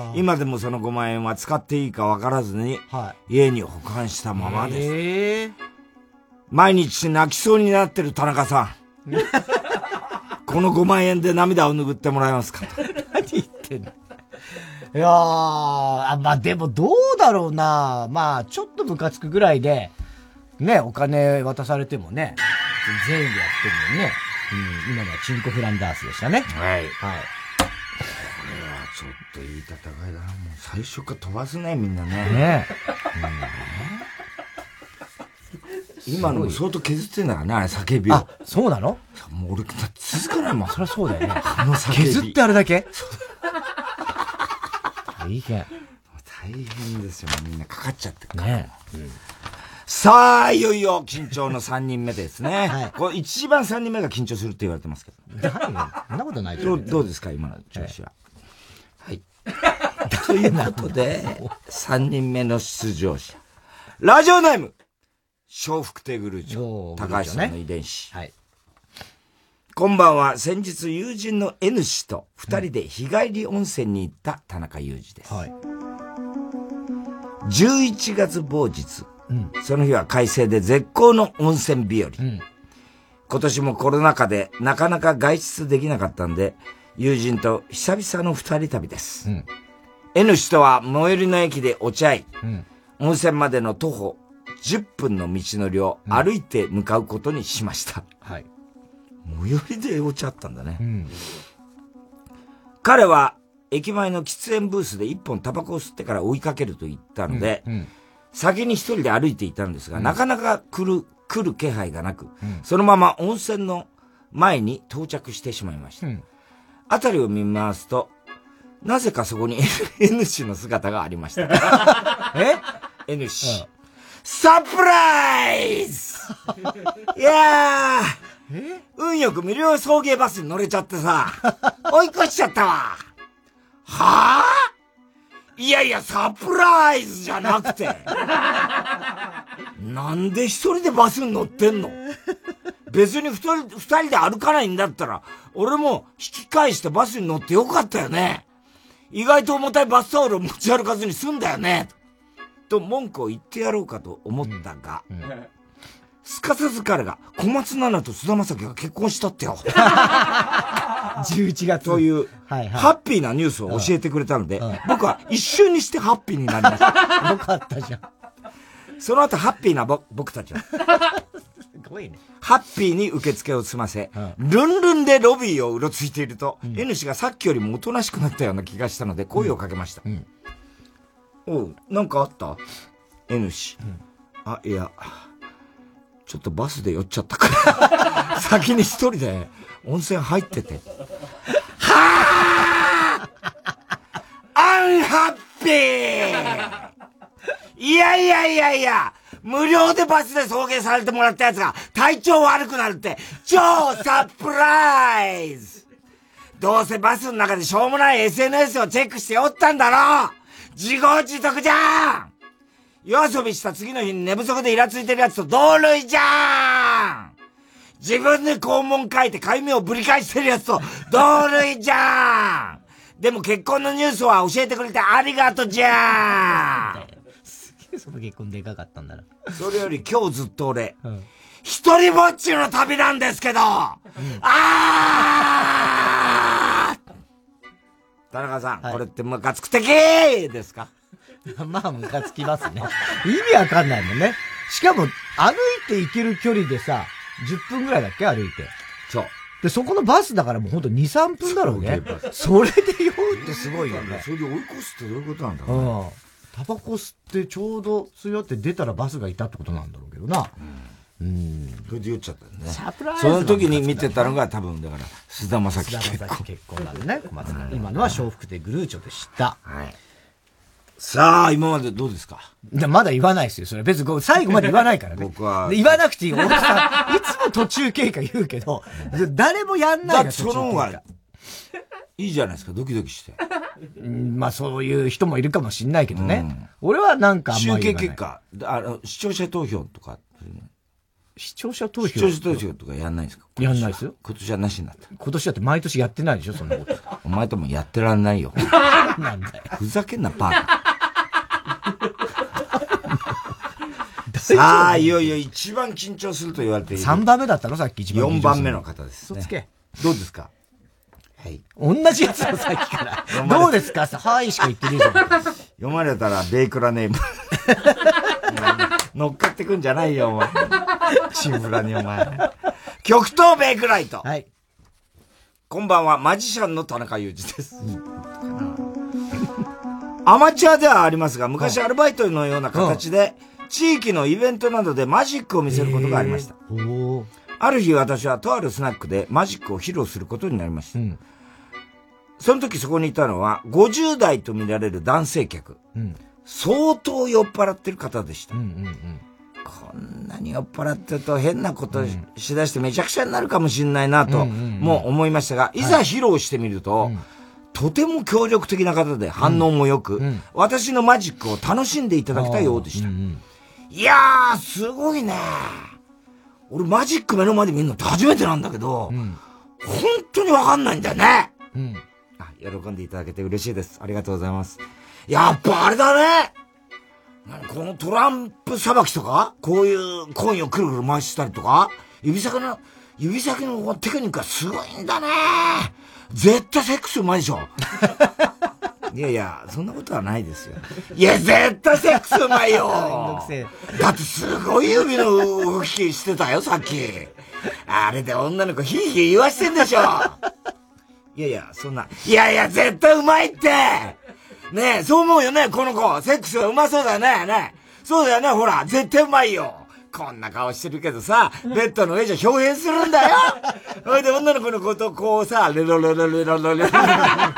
今でもその5万円は使っていいか分からずに、家に保管したままです。毎日泣きそうになってる田中さん。この5万円で涙を拭ってもらえますか。 何言ってんの。いやー、まあでもどうだろうな。まあちょっとムカつくぐらいで、ね、お金渡されてもね、全員でやってるのにね。今のはチンコフランダースでしたね。 はい。はい。これはちょっといい戦いだな。もう最初から飛ばすね、みんなね。ね今のも相当削ってんだからね、あれ叫びを。 あ、そうなの？ もう俺、続かないもん。 そりゃそうだよね。 あの叫び。 削ってあれだけ？大変。 大変ですよ、みんなかかっちゃってるから。ね。さあ、いよいよ緊張の3人目ですね。はい。これ一番3人目が緊張するって言われてますけど。 そんなことないどうですか、今の調子は。はい。ということで、3人目の出場者。ラジオネーム、笑福亭グルーチョ、高橋さんの遺伝子。はい。こんばんは。先日友人の N 氏と2人で日帰り温泉に行った田中裕二です。はい。11月某日。その日は快晴で絶好の温泉日和。今年もコロナ禍でなかなか外出できなかったんで、友人と久々の2人旅です。N 氏とは最寄りの駅でお茶い、温泉までの徒歩10分の道のりを歩いて向かうことにしました。はい。最寄りでお茶あったんだね。彼は駅前の喫煙ブースで1本タバコを吸ってから追いかけると言ったので、先に一人で歩いていたんですが、なかなか来る気配がなく、そのまま温泉の前に到着してしまいました。辺りを見回すと、なぜかそこに N 氏の姿がありました。N 氏。サプライズいやー、運よく無料送迎バスに乗れちゃってさ、追い越しちゃったわ。はぁ？いやいや、サプライズじゃなくて。なんで一人でバスに乗ってんの？別に二人で歩かないんだったら、俺も引き返してバスに乗ってよかったよね。意外と重たいバスタオルを持ち歩かずに済んだよね。 と文句を言ってやろうかと思ったが、すかさず彼が小松菜奈と菅田将暉が結婚したってよ。 11月。 という、ハッピーなニュースを教えてくれたので、僕は一瞬にしてハッピーになりました。 よかったじゃん。 その後ハッピーな僕たちは。 すごいね。 ハッピーに受付を済ませ、ルンルンでロビーをうろついていると、N 氏がさっきよりもおとなしくなったような気がしたので声をかけました。おう、なんかあった？ N 氏。あ、いや、ちょっとバスで酔っちゃったから、先に一人で温泉入ってて。はぁアンハッピーいや、無料でバスで送迎されてもらったやつが体調悪くなるって超サプライズ。どうせバスの中でしょうもない SNS をチェックしておったんだろう。自業自得じゃん。夜遊びした次の日に寝不足でイラついてるやつと同類じゃん。自分で肛門書いてかゆみをぶり返してるやつと同類じゃん。でも結婚のニュースは教えてくれてありがとうじゃん。 その結婚でかかったんだな。 それより今日ずっと俺、一人ぼっちの旅なんですけど、田中さん、これってムカつく的ですか？ まあ、ムカつきますね。意味わかんないもんね。しかも、歩いて行ける距離でさ、10分ぐらいだっけ歩いて。 そう。 で、そこのバスだからもうほんと2、3分だろうね。それで酔うってすごいよね。 それで追い越すってどういうことなんだろうね。 タバコ吸ってちょうど吸い終わって出たらバスがいたってことなんだろうけどな。 それで酔っちゃったね。 サプライズ。 その時に見てたのが多分だから、菅田将暉結婚なんでね、小松菜。今のは笑福亭グルーチョでした。 はい。さあ、今までどうですか？ まだ言わないですよ。それ別に最後まで言わないからね。 僕は。 言わなくていい。大木さん、いつも途中経過言うけど、誰もやんないだってその方がいいじゃないですか、ドキドキして。 まあそういう人もいるかもしんないけどね。俺はなんかあんまり集計結果、視聴者投票とか。 視聴者投票とかやんないんですか？ やんないですよ。 今年はなしになった。 今年だって毎年やってないでしょ、そんなこと。 お前ともやってらんないよ。 なんだよ。 ふざけんな、バカ。さあ、いよいよ一番緊張すると言われている。 3番目だったのさっき一番 4番目の方ですね。 嘘つけ。 どうですか？ はい。同じやつのさっきから。どうですか？はいしか言ってねえじゃん。 読まれたらベイクラネーム。乗っかってくんじゃないよ、お前。シンプラにお前。極東ベイクライト。 はい。 こんばんは、マジシャンの田中裕二です。アマチュアではありますが、昔アルバイトのような形で、地域のイベントなどでマジックを見せることがありました。ある日私はとあるスナックでマジックを披露することになりました。その時そこにいたのは50代と見られる男性客。相当酔っ払ってる方でした。こんなに酔っ払ってると変なことしだしてめちゃくちゃになるかもしれないなとも思いましたが、いざ披露してみると、とても協力的な方で反応も良く、私のマジックを楽しんでいただけたようでした。いやー、すごいね。俺マジック目の前で見るのって初めてなんだけど、本当にわかんないんだよね。喜んでいただけて嬉しいです。ありがとうございます。やっぱあれだね。このトランプさばきとか、こういうコインをくるくる回したりとか、指先のテクニックがすごいんだね。絶対セックスうまいでしょ。いやいや、そんなことはないですよ。いや、絶対セックスうまいよ。だってすごい指の動きしてたよ、さっき。あれで女の子ヒーヒー言わしてんでしょ。いやいや、そんな。いやいや、絶対うまいって。ねえ、そう思うよね、この子。セックスはうまそうだよね。ねそうだよね、ほら、絶対うまいよ。こんな顔してるけどさ、ベッドの上じゃ表現するんだよ。それで女の子のことをこうさ、レロレロレロレロレロ。うわ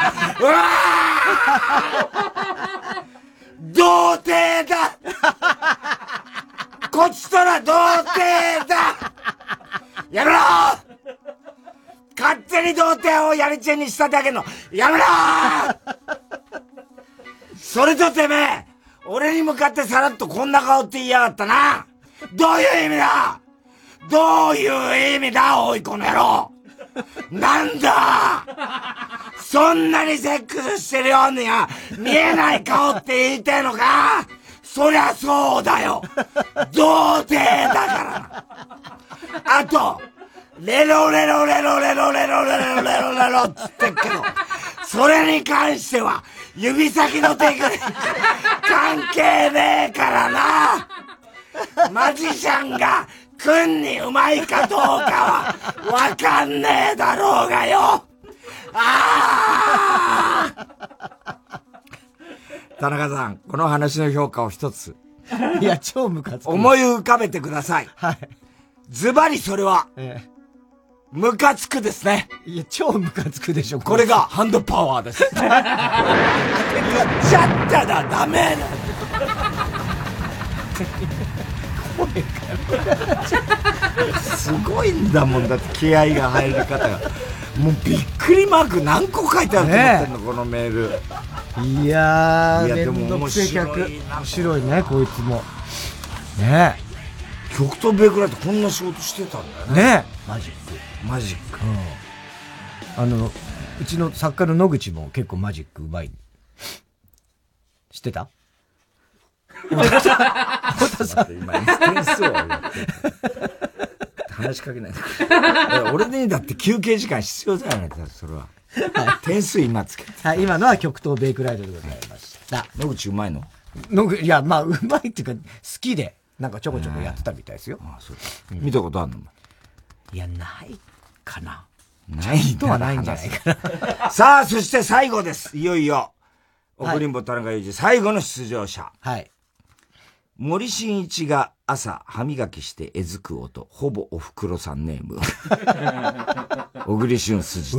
ー童貞だこっちとら童貞だやめろ勝手に童貞をやりちんにしただけのやめろそれとてめえ、俺に向かってさらっとこんな顔って言いやがったな。どういう意味だどういう意味だおいこの野郎なんだそんなにセックスしてるようには見えない顔って言いたいのかそりゃそうだよ。童貞だからな。あと、レロレロレロレロレロレロレロレロっつってっけど、それに関しては、指先のテクニック関係ねえからな。マジシャンが君にうまいかどうかはわかんねえだろうがよ。田中さん、この話の評価を一つ。 いや、超ムカつく。 思い浮かべてください。 はい。 ズバリそれは、ムカつくですね。 いや、超ムカつくでしょ。 これがハンドパワーです。言っちゃったらダメだ。すごいんだもんだって気合が入り方が。もうびっくりマーク何個書いてあると思ってんの、このメール。 いやー、 でも面白い。面白いね、こいつも。ねえ。極東ベイクライトこんな仕事してたんだよね。 ねえ。マジック。うちの作家の野口も結構マジックうまい。知ってた？太田さん。 今、点数を言って話しかけないで。俺にだって休憩時間必要じゃないか、それは。点数今つけて。 はい、今のは極東ベイクライトでございました。 野口うまいの？ いや、まあ、うまいっていうか、好きで、なんかちょこちょこやってたみたいですよ。 ああ、そうか。見たことあるの？ いや、ないかな。 ないとはないんじゃないかな。 さあ、そして最後です。いよいよ。送りんぼ田中裕二、最後の出場者。 はい。 森進一が朝歯磨きしてえずく音、ほぼおふくろさんネーム。小栗旬筋。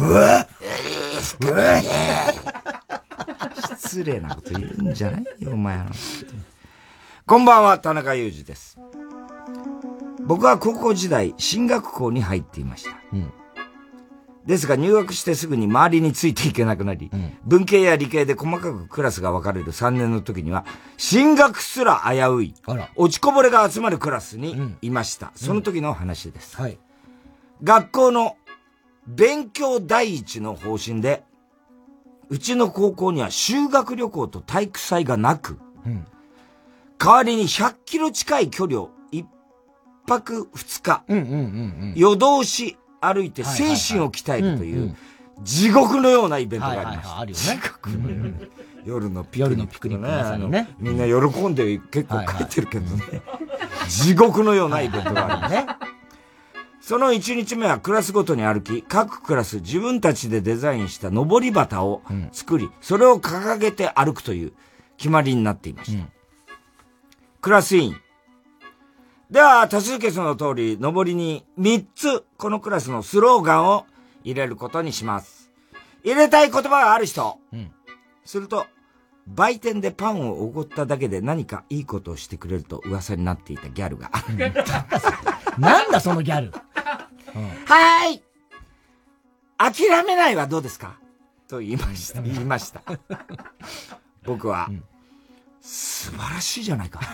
失礼なこと言うんじゃないよ、お前。こんばんは、田中裕二です。僕は高校時代、進学校に入っていました。ですが入学してすぐに周りについていけなくなり、文系や理系で細かくクラスが分かれる3年の時には、進学すら危うい、落ちこぼれが集まるクラスにいました。その時の話です。学校の勉強第一の方針で、うちの高校には修学旅行と体育祭がなく、代わりに100キロ近い距離を1泊2日、夜通し歩いて精神を鍛えるという地獄のようなイベントがありました。 あるよね。 夜のピクニックまさにね。みんな喜んで結構書いてるけどね。地獄のようなイベントがあるね。その1日目はクラスごとに歩き、各クラス自分たちでデザインした登り旗を作り、それを掲げて歩くという決まりになっていました。クラス委員。では、多数決の通り、上りに3つ、このクラスのスローガンを入れることにします。入れたい言葉がある人。すると、売店でパンをおごっただけで何かいいことをしてくれると噂になっていたギャルが。 なんだそのギャル。 はい。諦めないはどうですかと言いました。僕は、素晴らしいじゃないか。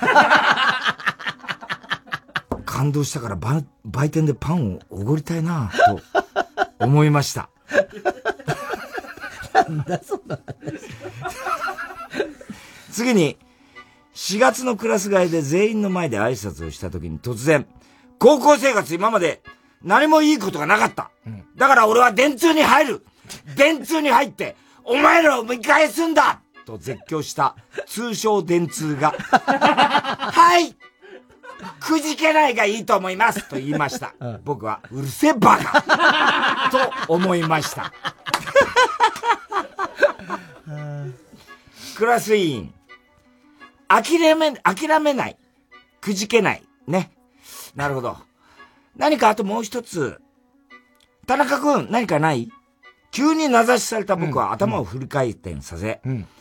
感動したから売店でパンをおごりたいなと思いました。 なんだそんな話。 次に、4月のクラス替えで全員の前で挨拶をした時に突然、高校生活今まで何もいいことがなかった。だから俺は電通に入る。電通に入って、お前らを見返すんだと絶叫した通称電通が、はいくじけないがいいと思いますと言いました。僕は、うるせえバカと思いました。クラス委員。諦めない。くじけない。ね。なるほど。何かあともう一つ。田中くん、何かない？急に名指しされた僕は頭をフル回転させ、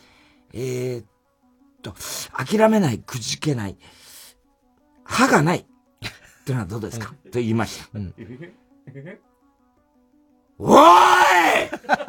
諦めない、くじけない。歯がない。ってのはどうですか、と言いました。おーい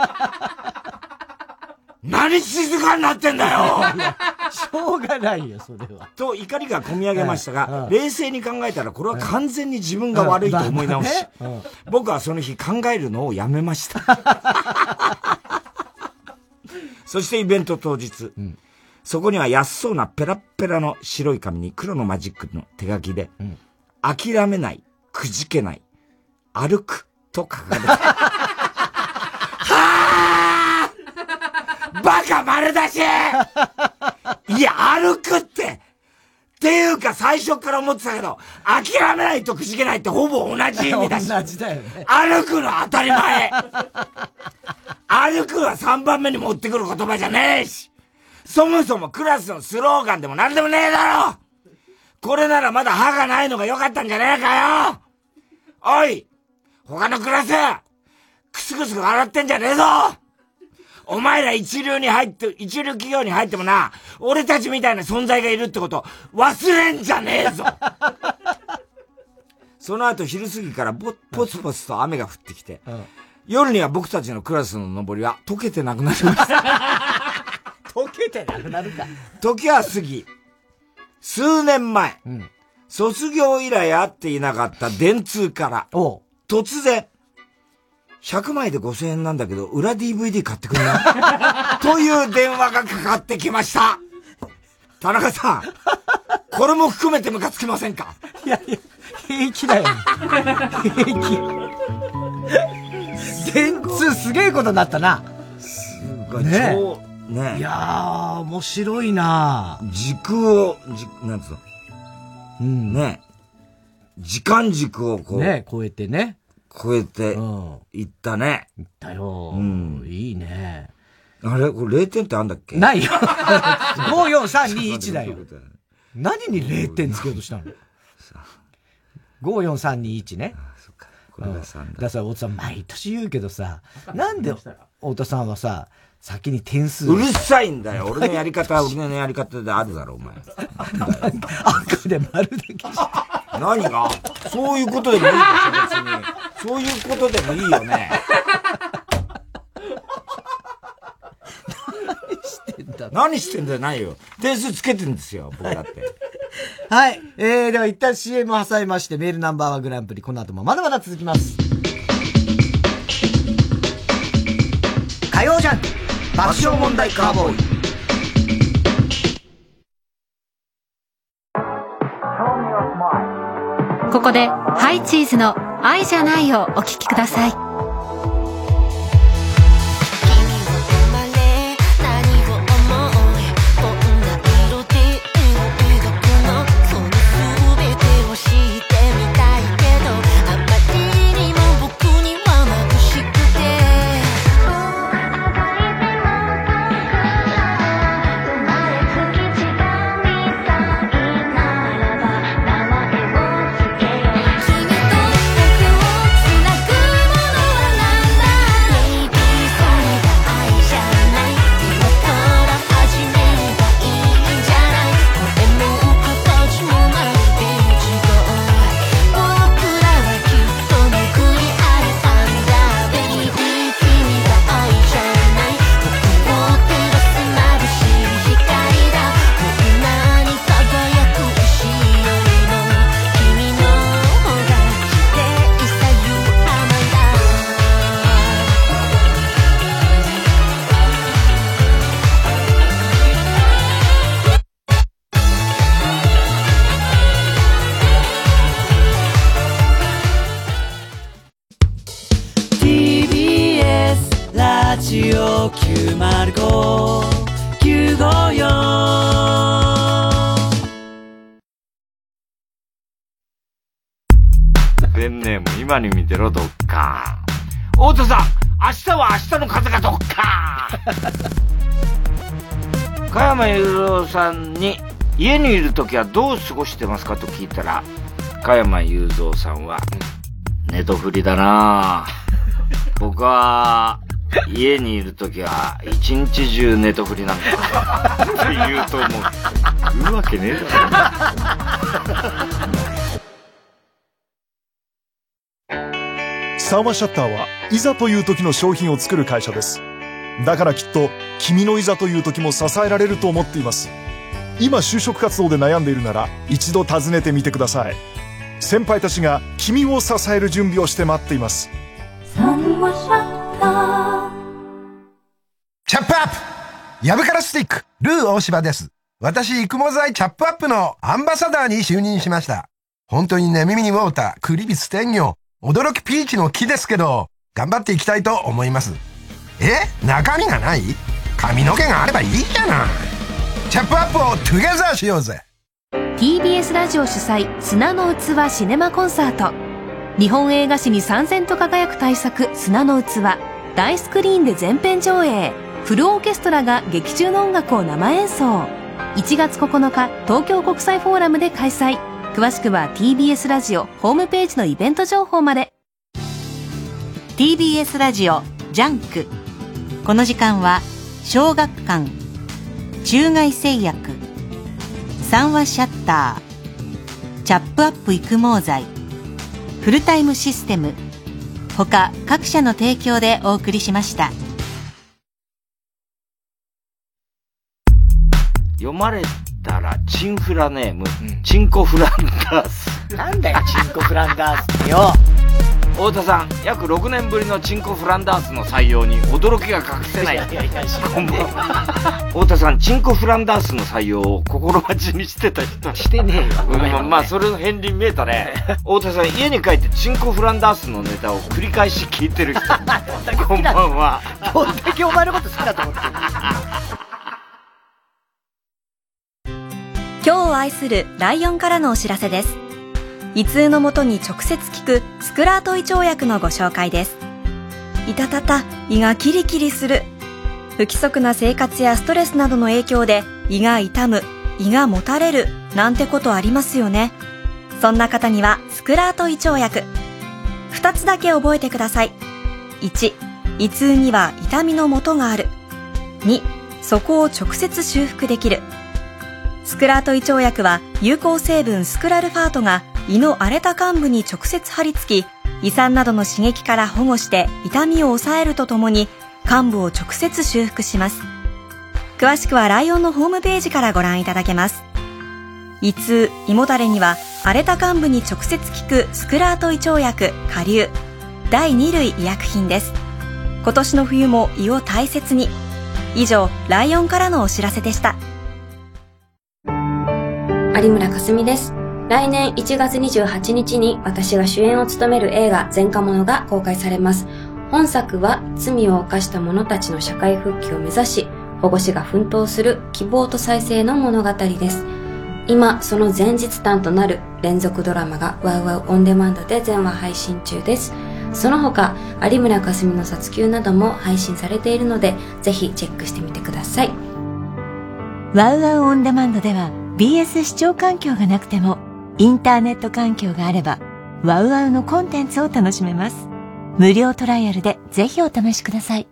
何静かになってんだよしょうがないよ、それは。 と怒りがこみ上げましたが、冷静に考えたらこれは完全に自分が悪いと思い直し、僕はその日考えるのをやめました。そしてイベント当日、 そこには安そうなペラッペラの白い紙に黒のマジックの手書きで、諦めない、くじけない、歩くと書かれてはぁバカ丸出しいや、歩くっていうか最初から思ってたけど、諦めないとくじけないってほぼ同じ意味だし。 同じだよね。 歩くの当たり前歩くは3番目に持ってくる言葉じゃねえし。そもそもクラスのスローガンでもなんでもねえだろ。これならまだ歯がないのが良かったんじゃねえかよ。おい、他のクラス、クスクス笑ってんじゃねえぞ。お前ら一流企業に入ってもな、俺たちみたいな存在がいるってこと忘れんじゃねえぞ。その後昼過ぎからポツポツと雨が降ってきて、夜には僕たちのクラスの登りは溶けてなくなりました。 溶けてなくなるか。 時は過ぎ、数年前、卒業以来会っていなかった電通から、突然、100枚で5000円なんだけど、裏 DVD 買ってくんなという電話がかかってきました。田中さん、これも含めてムカつきませんか？ いやいや、平気だよ。平気。電通すげえことになったな。 すごい。 ねね。 いやー、面白いな。 なんつうの。ね。時間軸をこう。 ね、超えてね。 超えて、いったね。 いったよ。いいね。 あれこれ0点ってあんだっけ？ ないよ。5、4、3、2、1だよ。何に0点つけようとしたの？ 5、4、3、2、1ね。 そっか。これが3だ。 だからさ、太田さん毎年言うけどさ、なんで太田さんはさ、先に点数うるさいんだよ。俺のやり方は俺のやり方であるだろ、お前。 赤で丸だけして。 何がそういうことでもいいでしょ、別に。そういうことでもいいよね。何してんだよ、ないよ。点数つけてんですよ、僕だって。 はい。では一旦 CM を挟みまして、メールナンバーワングランプリ、この後もまだまだ続きます。火曜ジャンク爆笑問題カーボーイ。 ここでハイチーズの愛じゃないをお聴きください。 ペンネーム今に見てろ、どっか。太田さん、明日は明日の風がどっか。加山雄三さんに家にいるときはどう過ごしてますかと聞いたら、加山雄三さんはネトフリだなぁ。僕は家にいるときは一日中ネトフリなんだって言うと思う。言うわけねえだろ。 三話シャッターはいざという時の商品を作る会社です。だからきっと君のいざという時も支えられると思っています。今就職活動で悩んでいるなら一度訪ねてみてください。先輩たちが君を支える準備をして待っています。 三話シャッター。 キャップアップヤブカラスティック、ルー大柴です。私、育毛剤チャップアップのアンバサダーに就任しました。本当にね、耳にウォーター、クリビス天魚、驚きピーチの木ですけど、頑張っていきたいと思います。中身がない？髪の毛があればいいじゃない。チャップアップをトゥゲザーしようぜ。 TBS ラジオ主催砂の器シネマコンサート。日本映画史に燦然と輝く大作砂の器、大スクリーンで全編上映。フルオーケストラが劇中の音楽を生演奏。1月9日東京国際フォーラムで開催。詳しくは TBS ラジオホームページのイベント情報まで。 TBS ラジオジャンク。この時間は小学館、中外製薬、三話シャッター、チャップアップ育毛剤、フルタイムシステム他各社の提供でお送りしました。 読まれたらチンフラネーム、チンコフランダース。 なんだよチンコフランダースってよ。 太田さん、約6年ぶりのチンコフランダースの採用に驚きが隠せない。こんばんは。太田さん、チンコフランダースの採用を心待ちにしてた人。 してねえよ。 まあ、それの片鱗見えたね。太田さん、家に帰ってチンコフランダースのネタを繰り返し聞いてる人。こんばんは。 どんだけお前のこと好きだと思ってる。 今日を愛するライオンからのお知らせです。胃痛のもとに直接効くスクラート胃腸薬のご紹介です。いたたた、胃がキリキリする。不規則な生活やストレスなどの影響で胃が痛む、胃がもたれるなんてことありますよね。そんな方にはスクラート胃腸薬。2つだけ覚えてください。1、胃痛には痛みの元がある。2、そこを直接修復できる。スクラート胃腸薬は有効成分スクラルファートが胃の荒れた患部に直接張り付き、胃酸などの刺激から保護して痛みを抑えるとともに患部を直接修復します。詳しくはライオンのホームページからご覧いただけます。胃痛、胃もたれには荒れた患部に直接効くスクラート胃腸薬顆粒、第2類医薬品です。今年の冬も胃を大切に。以上、ライオンからのお知らせでした。 有村架純です。来年1月28日に私が主演を務める映画前科者が公開されます。本作は罪を犯した者たちの社会復帰を目指し、保護司が奮闘する希望と再生の物語です。今、その前日譚となる連続ドラマがワウワウオンデマンドで全話配信中です。その他、有村架純の殺球なども配信されているので、ぜひチェックしてみてください。 ワウワウオンデマンドでは BS 視聴環境がなくてもインターネット環境があればワウワウのコンテンツを楽しめます。無料トライアルでぜひお試しください。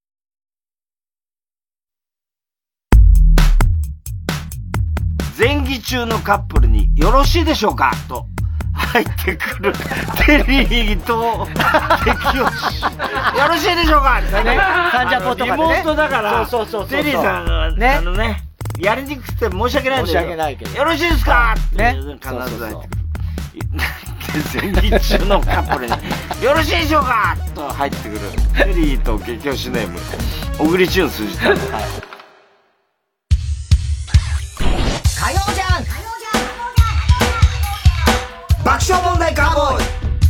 前戯中のカップルによろしいでしょうかと入ってくるテリーと敵をよろしいでしょうかってね、 患者ポとかでね、 リモートだからテリーさんがね、 やりにくくて申し訳ないんだけど、 申し訳ないけどよろしいですかって必ず入ってくる。前戯中のカップルによろしいでしょうかと入ってくるテリーと激推しネーム小栗旬筋太郎。 火曜じゃん爆笑問題カーボーイ。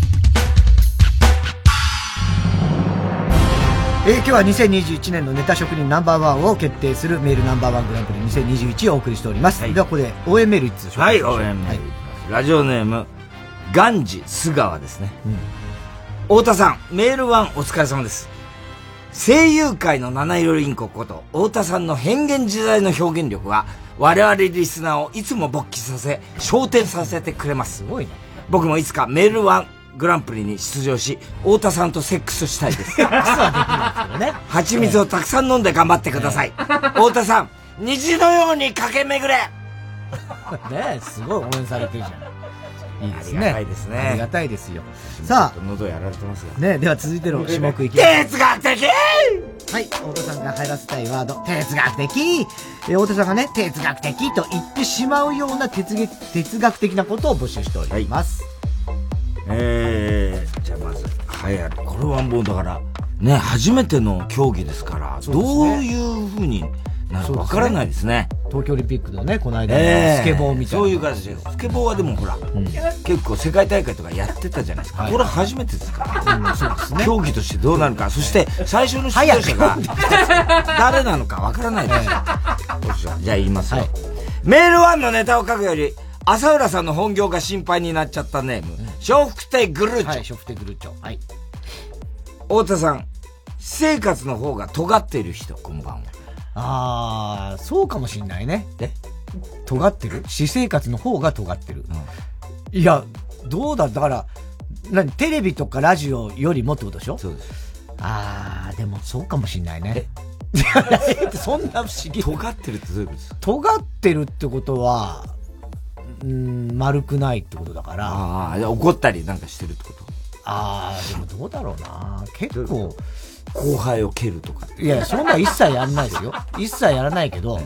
今日は2021年のネタ職人ナンバーワンを決定するメールナンバーワングランプリ2021をお送りしております。はい、ではここで応援メール1通紹介します。 はい、応援メール、ラジオネームガンジ須川ですね、太田さん、メール1お疲れ様です。声優界の七色リンコこと太田さんの変幻自在の表現力は我々リスナーをいつも勃起させ昇天させてくれます。すごいね。僕もいつかメール1グランプリに出場し太田さんとセックスしたいです。蜂蜜をたくさん飲んで頑張ってください。太田さん、虹のように駆け巡れ。 ねえ、すごい応援されてるじゃん。いいですね。 ありがたいですね。 ありがたいですよ。さあ、 喉やられてますがね。では続いての種目いきます。 哲学的。 はい、太田さんが入らせたいワード、哲学的。太田さんがね、哲学的と言ってしまうような哲学的なことを募集しております。 はい、じゃあまず流行る。これはもうだからね、初めての競技ですから、どういう風にわからないですね。 東京オリンピックのね、この間のスケボーみたいな。 そういう感じで。スケボーはでもほら、結構世界大会とかやってたじゃないですか。これ初めてですから。そうですね。競技としてどうなるか。そして、最初の出場者が誰なのかわからないです。じゃあ言いますよ。メール1のネタを書くより、浅浦さんの本業が心配になっちゃったネーム、笑福亭グルーチョ。 はい、笑福亭グルーチョ。はい。 太田さん、私生活の方が尖っている人、こんばんは。そうかもしんないね。尖ってる？私生活の方が尖ってる。いや、どうだ、だから、テレビとかラジオよりもってことでしょ？ そうです。 でもそうかもしんないね。そんな不思議。 尖ってるってどういうことですか？ 尖ってるってことは、丸くないってことだから。 怒ったりなんかしてるってこと？ でもどうだろうな。結構。 後輩を蹴るとか。 いや、そんな一切やらないですよ。一切やらないけど、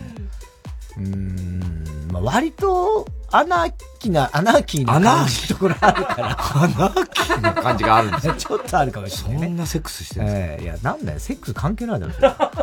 割と、アナーキーな感じのところあるから。 アナーキーな感じがあるんですよ。 ちょっとあるかもしれない、ね。 そんなセックスしてるんですか？ いや、なんだよ、セックス関係ないだろ。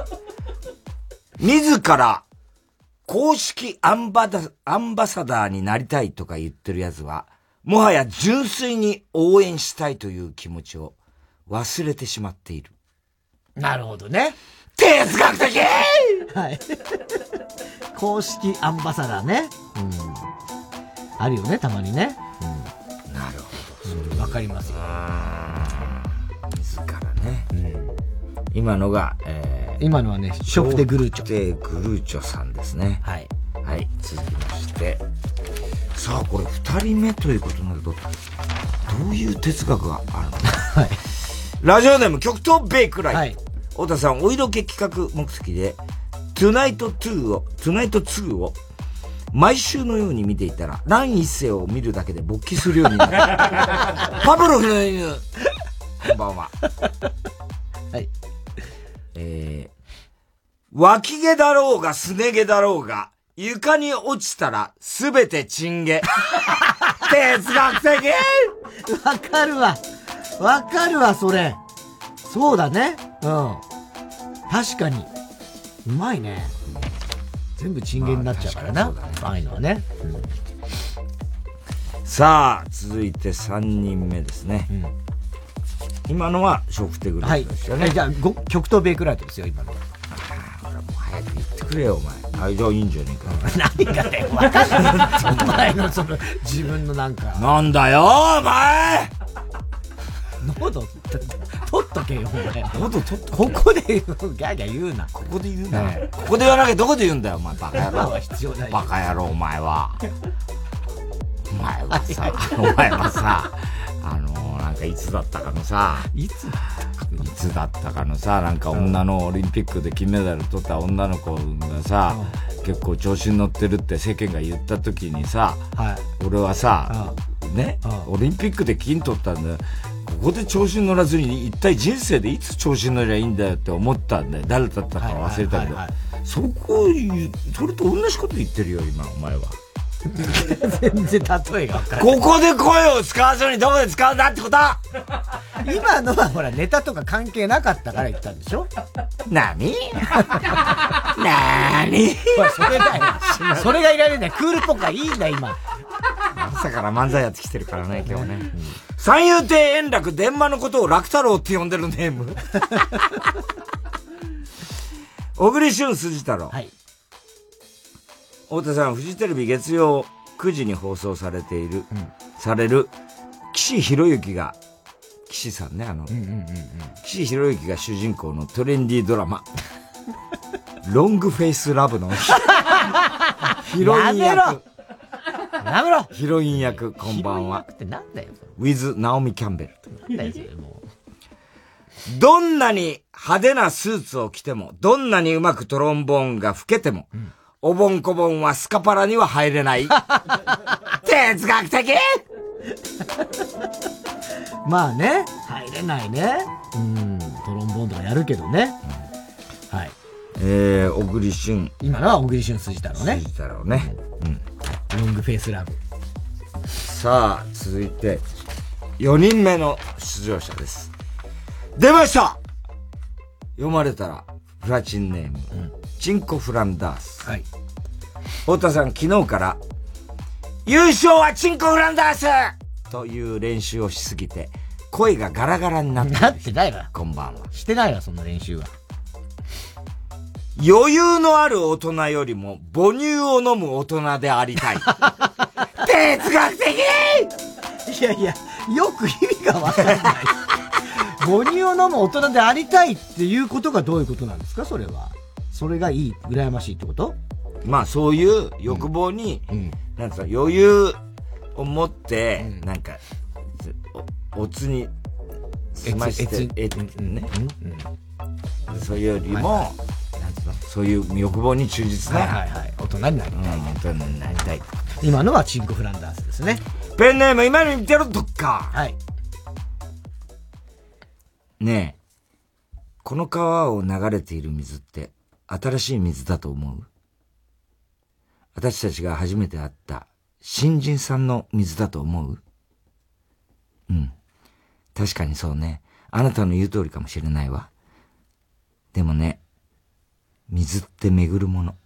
自ら、公式アンバサダーになりたいとか言ってるやつは、もはや純粋に応援したいという気持ちを忘れてしまっている。 なるほどね。 哲学的はい。公式アンバサダーね。あるよね、たまにね。 なるほど。わかりますよ。 自らね。今のが、 今のはね、笑福亭グルーチョ。 笑福亭グルーチョさんですね。 はい。 はい、続きまして。さあ、これ二人目ということになると、どういう哲学があるのか。はい。ラジオネーム極東ベイクライ。はい。太田さん、お色気企画目的で、トゥナイト2を、毎週のように見ていたら、乱一世を見るだけで勃起するようになる。パブロフの犬。こんばんは。 はい。 脇毛だろうがすね毛だろうが、床に落ちたらすべてチンゲ。哲学的。 わかるわ、それ。そうだね。確かに。うまいね。全部チンゲになっちゃうからな。ああいうのはね。 さあ、続いて3人目ですね。今のは笑福亭グループですよね。 じゃあ、極東ベイクライトですよ、今の。 ほら、もう早く言ってくれよ、お前。じゃあいいんじゃねえか。何がだよ、わかんない。お前のその、自分のなんか。 なんだよ、お前喉取っとけよ、お前。 喉取っとけ。 ここでギャーギャー言うな。 ここで言うな。ここで言わなきゃどこで言うんだよ、お前。バカ野郎。 必要ない。 バカ野郎、お前は。お前はさ、なんかいつだったかのさ、 いつだったかのさ、なんか女のオリンピックで金メダル取った女の子がさ、結構調子に乗ってるって世間が言った時にさ、俺はさ、ね、オリンピックで金取ったんだよ。ここで調子に乗らずに一体人生でいつ調子に乗りゃいいんだよって思ったんだよ。誰だったか忘れたけど、それと同じこと言ってるよ、今、お前は。 全然例えが分かる。ここで声を使わずにどこで使うんだってこと今のはほらネタとか関係なかったから言ったんでしょ。 何それだよ。それがいられるんだよ。クールポカいいんだ今。 朝から漫才やってきてるからね、今日ね。三遊亭円楽電話のことを楽太郎って呼んでるネーム。小栗旬筋太郎。はい。太田さん、フジテレビ月曜9時に放送される、岸博之が、岸さんね、岸博之が主人公のトレンディードラマ、ロングフェイスラブのヒロイン役。 やめろヒロイン役、こんばんは。 ってなんだよ。 ウィズ・ナオミ・キャンベル。 なんだよ、それもう。 どんなに派手なスーツを着ても、どんなにうまくトロンボーンが吹けても、おぼんこぼんはスカパラには入れない。哲学的まあね、入れないね。トロンボーンとかやるけどね。はい。 小栗旬。 今のは小栗旬筋太郎ね。 筋太郎ね。 ロングフェイスラブ。 さあ、続いて、4人目の出場者です。出ました読まれたら、プラチンネーム。 チンコフランダース。 はい。 太田さん、昨日から、優勝はチンコフランダースという練習をしすぎて、声がガラガラになってる。 なってないわ。 こんばんは。 してないわ、そんな練習は。 余裕のある大人よりも母乳を飲む大人でありたい。哲学的。 いやいや、よく意味がわからない。母乳を飲む大人でありたいっていうことがどういうことなんですか、それは。それがいい、羨ましいってこと？ まあそういう欲望に、なんか余裕を持って、なんか、おつに済まして、ね。そういうよりも、そういう欲望に忠実な。 はいはいはい。大人になりたい。 大人になりたい。 今のはチンコフランダースですね。 ペンネーム今の見てろどっか。 はい。 ねえ、この川を流れている水って新しい水だと思う？私たちが初めて会った新人さんの水だと思う？うん。確かにそうね。あなたの言う通りかもしれないわ。でもね、水って巡るもの。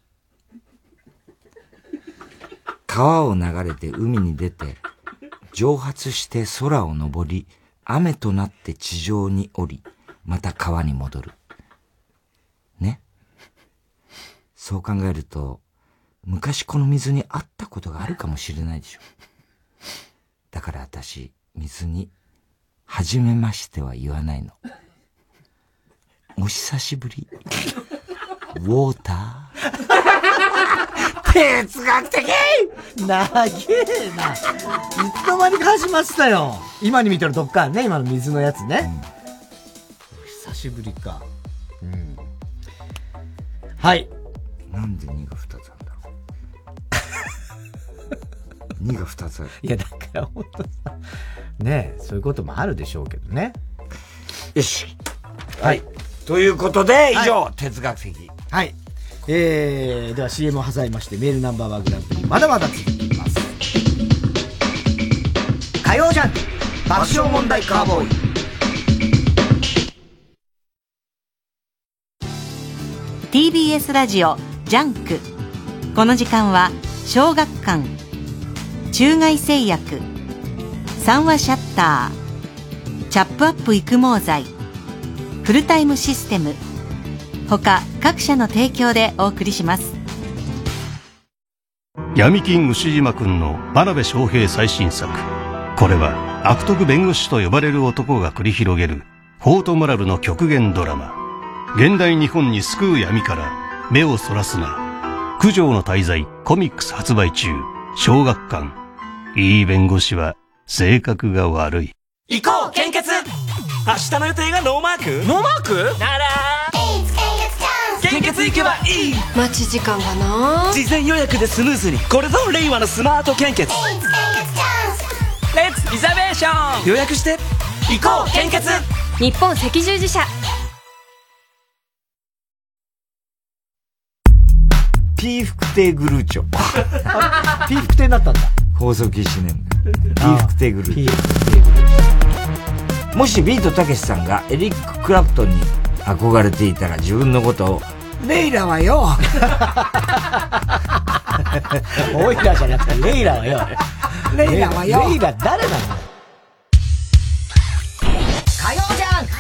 川を流れて海に出て、蒸発して空を登り、雨となって地上に降り、また川に戻る。ね。そう考えると、昔この水に会ったことがあるかもしれないでしょ。だから私、水に、初めましては言わないの。お久しぶり。ウォーター。哲学的。 長えな。いつの間にか始まってたよ。今に見てるどっかね、今の水のやつね。久しぶりか。うん。はい。 なんで2が2つあるんだろう。2が2つある。 いや、だから本当さ、ねえ、そういうこともあるでしょうけどね。 よし。 はい。 ということで、以上、 はい、 哲学的。 はい。では CM を挟みまして、メールナンバーワングランプリ、まだまだ続きます。火曜ジャンク爆笑問題カーボーイ。 TBS ラジオジャンク。この時間は小学館、中外製薬、三話シャッター、チャップアップ育毛剤、フルタイムシステム他各社の提供でお送りします。 闇キング牛島くんの真鍋昌平最新作。これは悪徳弁護士と呼ばれる男が繰り広げるフォートモラルの極限ドラマ。現代日本に救う闇から目をそらすな。九条の大罪コミックス発売中。小学館。いい弁護士は性格が悪い。 行こう献血。明日の予定がノーマーク。ノーマークなら献血行けばいい。 待ち時間がな。 事前予約でスムーズに。これぞ令和のスマート献血。レッツリザベーション。予約して行こう献血。 日本赤十字社。 P 福亭グルーチョ。 P 福亭だったんだ。 放送禁止ネーム。P 福亭グルーチョ。もしビートたけしさんがエリック・クラプトンに憧れていたら自分のことをレイラはよ。 オイラじゃなくてレイラはよ。 レイラはよ。 レイラ誰なの？火曜じゃん。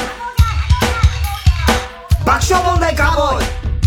爆笑問題カーボーイ。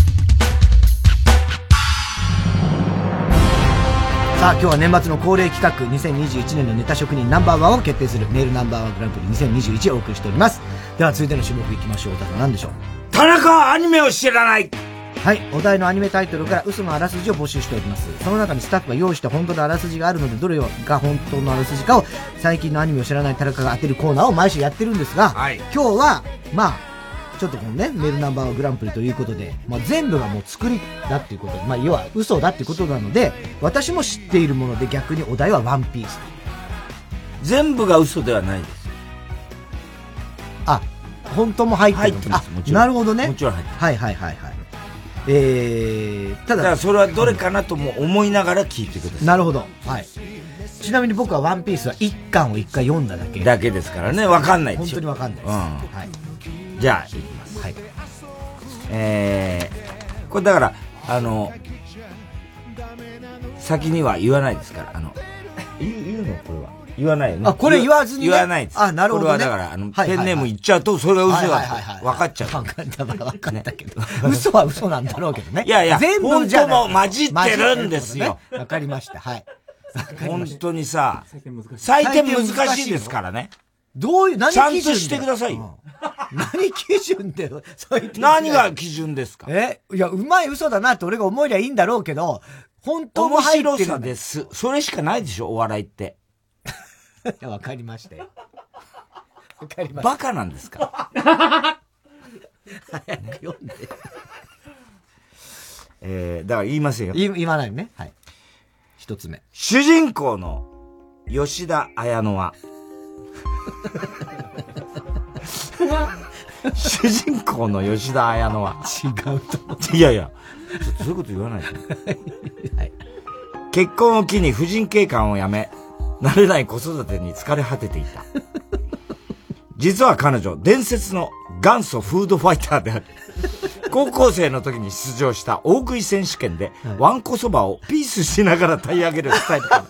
さあ今日は年末の恒例企画2021年のネタ職人ナンバーワンを決定するメールナンバーワングランプリ2021をお送りしております。では続いての種目いきましょう。太田さん何でしょう？ 田中はアニメを知らない。 はい、お題のアニメタイトルから嘘のあらすじを募集しております。その中にスタッフが用意した本当のあらすじがあるので、どれが本当のあらすじかを最近のアニメを知らない田中が当てるコーナーを毎週やってるんですが、はい、今日はまあちょっとこのねメールナンバーワングランプリということで、まあ、全部がもう作りだっていうことで、まあ要は嘘だっていうことなので、私も知っているもので逆にお題はワンピース。 全部が嘘ではないです。 あ、本当も入ってる。 ます。 なるほどね。 もちろん入ってる。 はいはいはいはい。ただからそれはどれかなとも思いながら聞いてください。 なるほど。はい。ちなみに僕はワンピースは1巻を1回読んだだけ。 だけですからね、わかんないでしょ。 本当にわかんないです。はい。 じゃあ、いきます。はい。 これだから、先には言わないですから、言うのこれは。言わないよね。 あ、これ言わずに、ね、 言わないです。 あ、なるほど、ね。 これはだから、ペンネーム言っちゃうと、それが嘘だと分かっちゃう。 分かったけど。嘘は嘘なんだろうけどね。 いやいや、 全部じゃ本当も混じってるんですよ。 わかりました。はい。 本当にさ、採点難しいですからね。 どういう、何基準ちゃんとしてくださいよ。 何基準で、 何が基準ですか？ いや、うまい嘘だなって俺が思えりゃいいんだろうけど、本当も入ってる。 面白さです。それしかないでしょ、お笑いって。 いや、わかりましたよ。わかりました。 バカなんですか？ 早く読んで。 だから言いませんよ。 言わないね。はい。一つ目。 主人公の吉田彩乃は、主人公の吉田彩乃は違うと思う。 いやいや、そういうこと言わないで。はい、結婚を機に婦人警官を辞め、慣れない子育てに疲れ果てていた。実は彼女、伝説の元祖フードファイターである。高校生の時に出場した大食い選手権で、ワンコそばをピースしながら平らげるスタイルから、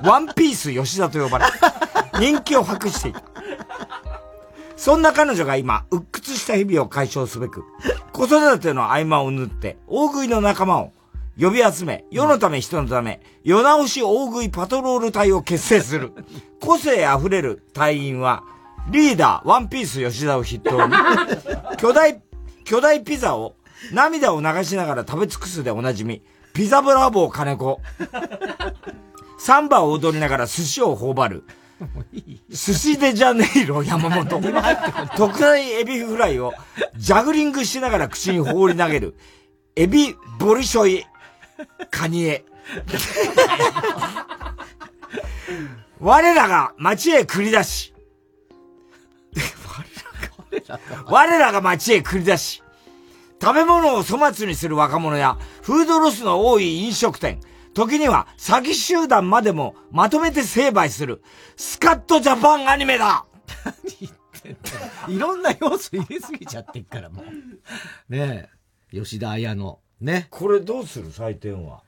ワンピース吉田と呼ばれ、人気を博していた。そんな彼女が今、鬱屈した日々を解消すべく、子育ての合間を縫って、大食いの仲間を呼び集め、世のため人のため、世直し大食いパトロール隊を結成する。個性あふれる隊員は、リーダー、ワンピース吉田を筆頭に、巨大ピザを涙を流しながら食べ尽くすでおなじみ、ピザブラボー金子。サンバを踊りながら寿司を頬張る。寿司でジャネイロ山本。特大エビフライをジャグリングしながら口に放り投げる。エビボリショイカニエ。我らが街へ繰り出し。我らが街へ繰り出し。食べ物を粗末にする若者やフードロスの多い飲食店。時には詐欺集団までもまとめて成敗するスカットジャパンアニメだ。 何言ってんの？いろんな要素入れすぎちゃってっからもう。ねえ、吉田彩乃。ね。 これどうする採点は？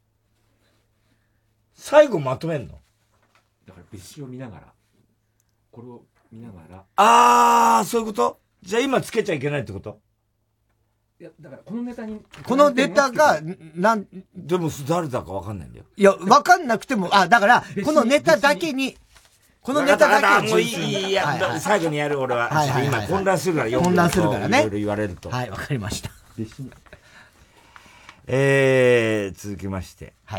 最後まとめんの？ だから別紙を見ながら。これを見ながら。そういうこと？じゃあ今つけちゃいけないってこと？ いや、だからこのネタに。 このネタが、 でも誰だかわかんないんだよ。 いや、わかんなくても、だから、このネタだけに、このネタだけに。 もういいや、最後にやる俺は。今混乱するから混乱するからね。 いろいろ言われると。 はい、わかりました。 続きまして。 はい。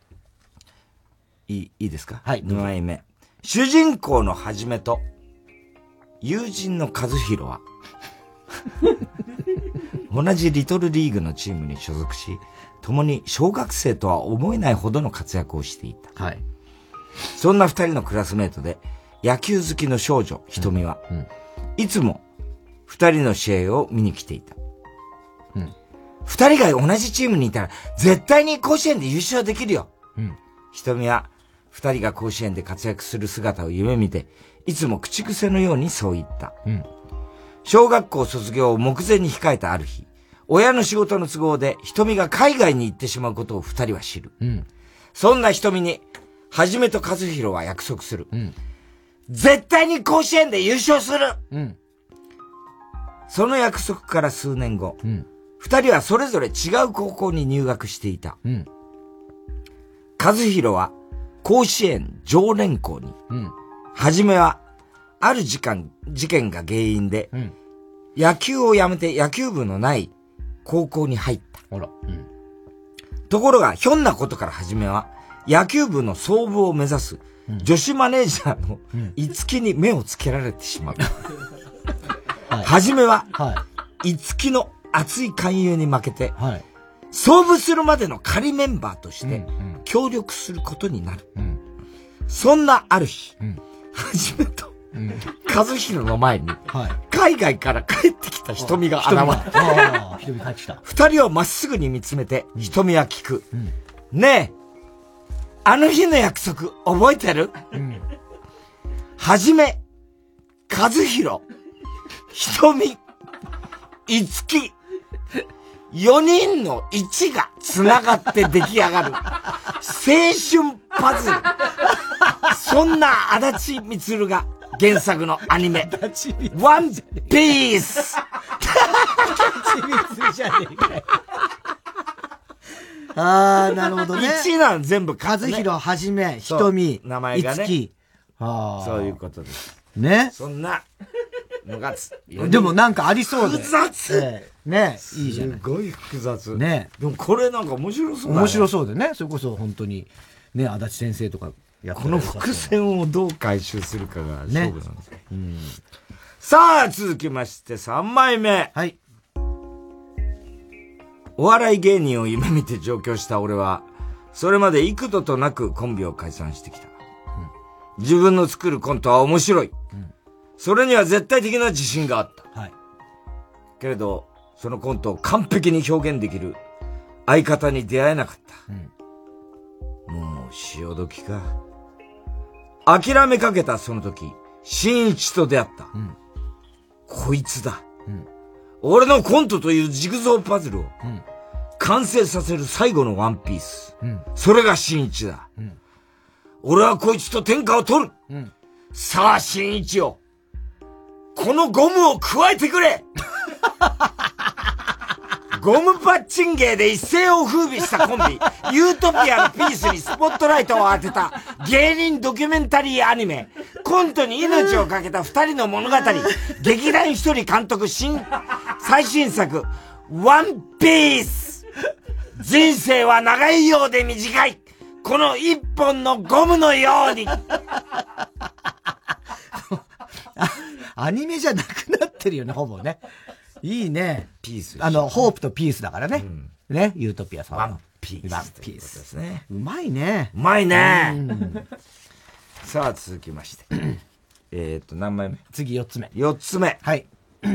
いいですか？ はい。 2枚目。主人公のはじめと、友人の和弘は、同じリトルリーグのチームに所属し、共に小学生とは思えないほどの活躍をしていた。 はい。 そんな二人のクラスメートで、野球好きの少女、瞳は、いつも二人の試合を見に来ていた。二人が同じチームにいたら、絶対に甲子園で優勝できるよ。瞳は、二人が甲子園で活躍する姿を夢見て、いつも口癖のようにそう言った。小学校卒業を目前に控えたある日、親の仕事の都合で瞳が海外に行ってしまうことを二人は知る。そんな瞳に、はじめと和弘は約束する。絶対に甲子園で優勝する、その約束から数年後、二人はそれぞれ違う高校に入学していた。和弘は甲子園常連校に、はじめはある事件が原因で、野球をやめて野球部のない高校に入った。ところが、ひょんなことからはじめは、野球部の総部を目指す、女子マネージャーの五木に目をつけられてしまう。はじめは、五木の熱い勧誘に負けて、総部するまでの仮メンバーとして、協力することになる。そんなある日、はじめと、和弘の前に、海外から帰ってきた瞳が現れた。二人をまっすぐに見つめて、瞳は聞く。ねえ、あの日の約束覚えてる？はじめ、和弘、瞳、五木、 4人の1が繋がって出来上がる青春パズル。そんな足立みつるが原作のアニメワンピース。 足立みつるじゃねえかよ。あー、なるほどね。 1なん全部和弘はじめ、ひとみ、 名前がね。 いつき。 そういうことです。 ね。 そんなのがでもなんかありそうで。 複雑。 ね、いいじゃない。 すごい複雑。 ね。 でもこれなんか面白そうだね。 面白そうでね。それこそ本当に、ね、足立先生とかやってこの伏線をどう回収するかが勝負なんですね。さあ、続きまして3枚目。 はい。 お笑い芸人を夢見て上京した俺は、それまで幾度となくコンビを解散してきた。自分の作るコントは面白い。それには絶対的な自信があった。けれど、そのコントを完璧に表現できる相方に出会えなかった。もう潮時か。諦めかけたその時、新一と出会った。こいつだ。俺のコントというジグゾーパズルを完成させる最後のワンピース。それが新一だ。俺はこいつと天下を取る。さあ新一よ。このゴムを加えてくれ。ゴムパッチン芸で一世を風靡したコンビ、ユートピアのピースにスポットライトを当てた芸人ドキュメンタリーアニメ、コントに命をかけた二人の物語、劇団一人監督最新作、ワンピース。人生は長いようで短い。この一本のゴムのように。 アニメじゃなくなってるよね、ほぼね。いいね。 ピース。 ホープとピースだからね。ね、ユートピアさん。 ワンピース。 ワンピースですね。 うまいね。 うまいね。さあ、続きまして。何枚目？ 次4つ目。 4つ目。 はい。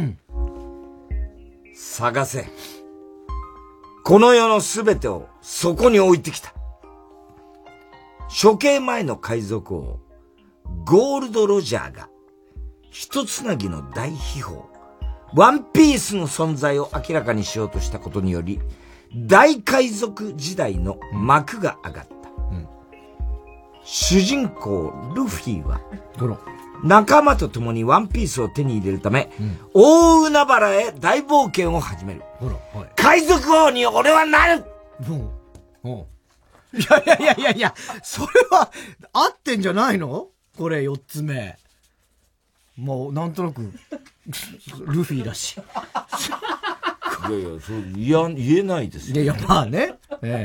探せ。この世のすべてをそこに置いてきた。処刑前の海賊王、ゴールド・ロジャーが、一つなぎの大秘宝、ワンピースの存在を明らかにしようとしたことにより、大海賊時代の幕が上がった。主人公ルフィは、仲間と共にワンピースを手に入れるため、大海原へ大冒険を始める。海賊王に俺はなる。 いや、それは合ってんじゃないの？これ4つ目。もうなんとなくルフィだし。 いや、そう言えないですよ。 いや、まあね。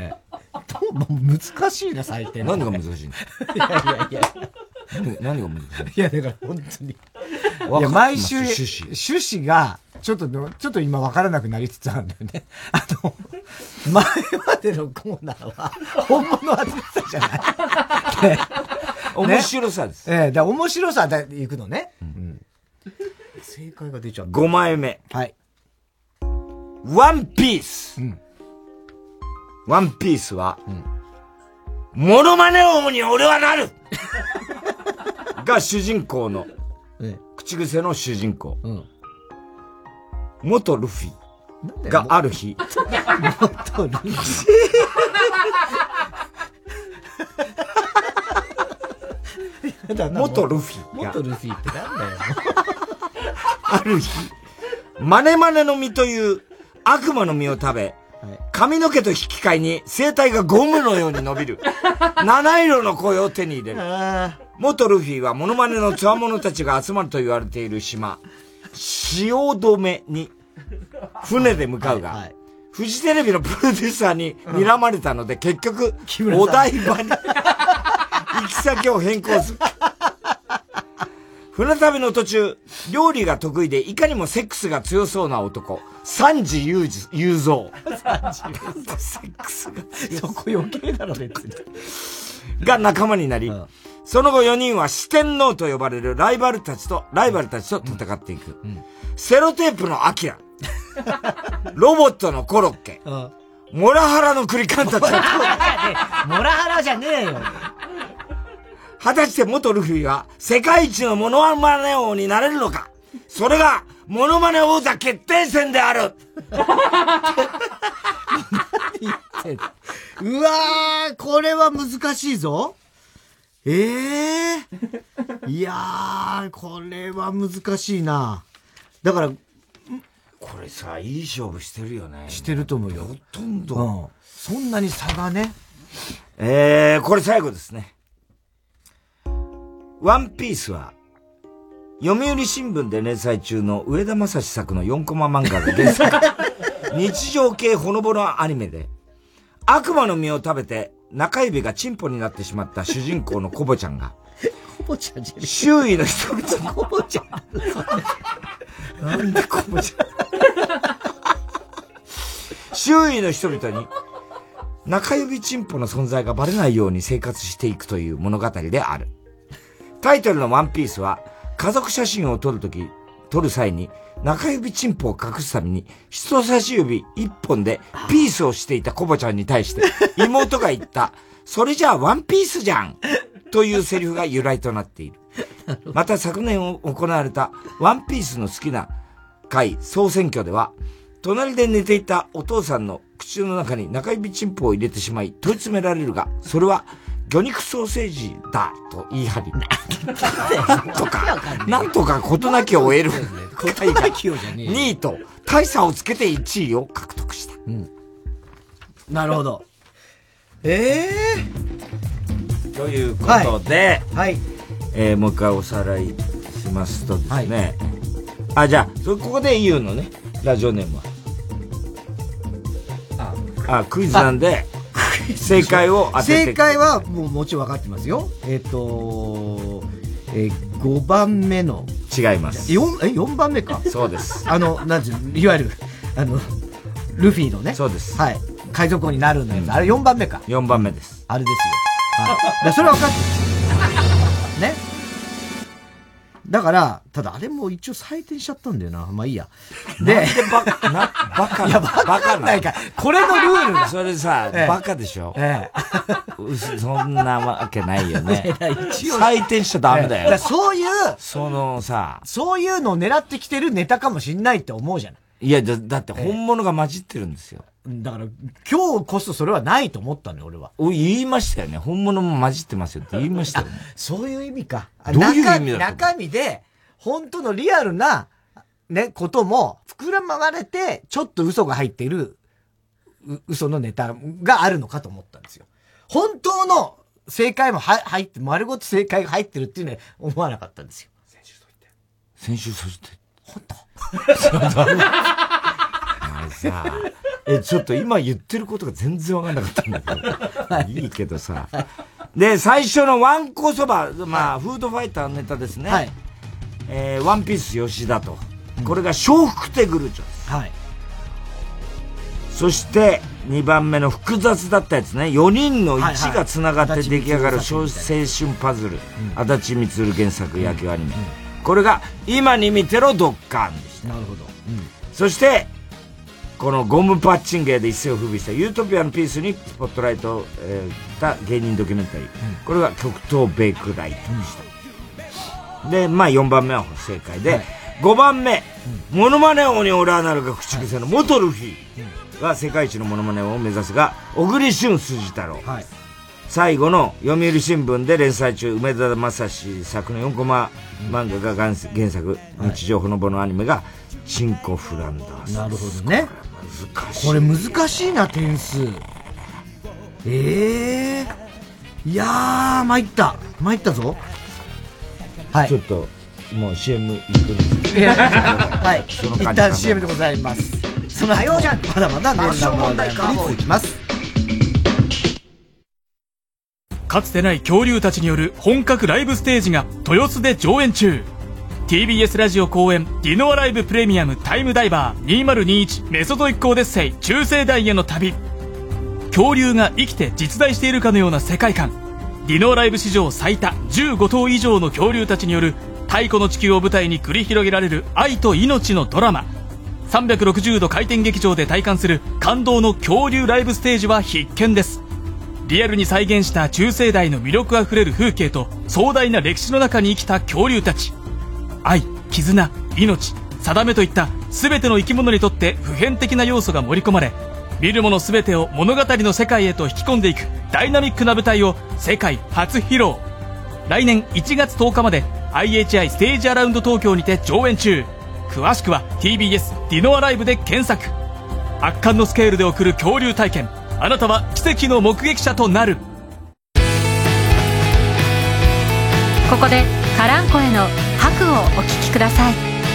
難しいな、最低。 何が難しいの？ いや。 何が難しい？ いや、だから本当に。いや、毎週、趣旨が、ちょっと今分からなくなりつつあるんだよね。前までのコーナーは、本物は出てたじゃない。 面白さです。 だ面白さでいくのね。正解が出ちゃった。 5枚目。 はい。 ワンピース。ワンピースは、モノマネ王に俺はなるが主人公の、口癖の主人公。元ルフィがある日。 元ルフィ元ルフィ元ルフィってなんだよ。 ある日、マネマネの実という悪魔の実を食べ、髪の毛と引き換えに声帯がゴムのように伸びる七色の声を手に入れる。元ルフィはモノマネの強者たちが集まると言われている島、汐留に船で向かうが、フジテレビのプロデューサーに睨まれたので、結局、お台場に行き先を変更する。船旅の途中、料理が得意でいかにもセックスが強そうな男、三次雄三。セックスが強そこ余計だろ、別に。 が仲間になり、その後4人は四天王と呼ばれるライバルたちと戦っていく。セロテープのアキラ、ロボットのコロッケ、モラハラのクリカンたちがモラハラじゃねえよ。 果たして元ルフィは世界一のモノマネ王になれるのか。 それが、モノマネ王座決定戦であるうわー、これは難しいぞ。いやー、これは難しいな。だから、 これさ、いい勝負してるよね。 してると思うよ。 ほとんど。 そんなに差がね。 これ最後ですね。ワンピースは、読売新聞で連載中の上田正史作の4コマ漫画が原作。日常系ほのぼのアニメで、悪魔の実を食べて中指がチンポになってしまった主人公のコボちゃんが、 コボちゃんじゃねえ。 周囲の人々に、 コボちゃんなんでコボちゃん周囲の人々に、中指チンポの存在がバレないように生活していくという物語である。タイトルのワンピースは、家族写真を撮る際に、中指チンポを隠すために、人差し指一本でピースをしていたコボちゃんに対して、妹が言った、それじゃあワンピースじゃんというセリフが由来となっている。また昨年行われたワンピースの好きな会総選挙では、隣で寝ていたお父さんの口の中に中指チンポを入れてしまい問い詰められるが、それは魚肉ソーセージだと言い張り、なんとか事なきを得る会が2位と大差をつけて1位を獲得した。 なるほど。 ということで、もう一回おさらいしますとですね。じゃあ、ここで言うのね、ラジオネームは。クイズなんで、正解を当てて。 正解はもちろん分かってますよ。5番目の。 違います。 4番目か。 そうです。 なんていう、いわゆる、ルフィのね。 そうです。 はい。海賊王になるのやつ。あれ4番目か。 4番目です。 あれですよ。はい。それは分かってる。ね。だから、ただあれも一応採点しちゃったんだよな。まあいいや。で、 バカいや、バカないか。これのルールが。 それさ、バカでしょ。そんなわけないよね。採点しちゃダメだよ。 そういう、そういうのを狙ってきてるネタかもしんないって思うじゃない。 いや、だって本物が混じってるんですよ。 だから、今日こそそれはないと思ったのよ、俺は。 言いましたよね。本物も混じってますよって言いましたよね。 そういう意味か。 どういう意味だ中身で、本当のリアルな、ね、ことも膨らまれて、ちょっと嘘が入っている、嘘のネタがあるのかと思ったんですよ。本当の正解も入って、丸ごと正解が入ってるっていうのは思わなかったんですよ。 先週そして。 本当さちょっと今言ってることが全然わかんなかったんだけど。いいけどさ。で、最初のワンコそば、フードファイターのネタですね。はい。ワンピース吉田と。これが笑福亭グルーチョです。はい。そして、2番目の複雑だったやつね。4人の1が繋がって出来上がる青春パズル。足立みつる原作野球アニメ。これが、今に見てろドッカーンでした。 なるほど。 そして、このゴムパッチン芸で一世を風靡したユートピアのピースにスポットライトをした芸人ドキュメンタリー。これが極東ベイクライトでした。で、4番目は正解で、5番目、モノマネ王に俺はなるが口癖の元ルフィが世界一のモノマネ王を目指すが、小栗旬筋太郎。最後の読売新聞で連載中、梅田正史作の4コマ漫画が原作、日常ほのぼのアニメが、チンコフランダース。 なるほどね。これ難しいな、点数。いやー、参ったぞ。はい。 ちょっと、もう CM 行くんですはい。一旦 CM でございます。その後、まだまだ年齢問題に続きます。 かつてない恐竜たちによる本格ライブステージが豊洲で上演中。TBS ラジオ公演ディノアライブプレミアムタイムダイバー2021メソドイックオデッセイ中生代への旅。恐竜が生きて実在しているかのような世界観。ディノアライブ史上最多15頭以上の恐竜たちによる太古の地球を舞台に繰り広げられる愛と命のドラマ。360度回転劇場で体感する感動の恐竜ライブステージは必見です。リアルに再現した中生代の魅力あふれる風景と壮大な歴史の中に生きた恐竜たち。愛、絆、 絆、命、定めといった全ての生き物にとって普遍的な要素が盛り込まれ、見るもの全てを物語の世界へと引き込んでいくダイナミックな舞台を世界初披露。来年1月10日まで IHI ステージアラウンド東京にて上演中。詳しくは TBS ディノアライブで検索。圧巻のスケールで送る恐竜体験、あなたは奇跡の目撃者となる。 ここでカランコエの白をお聴きください。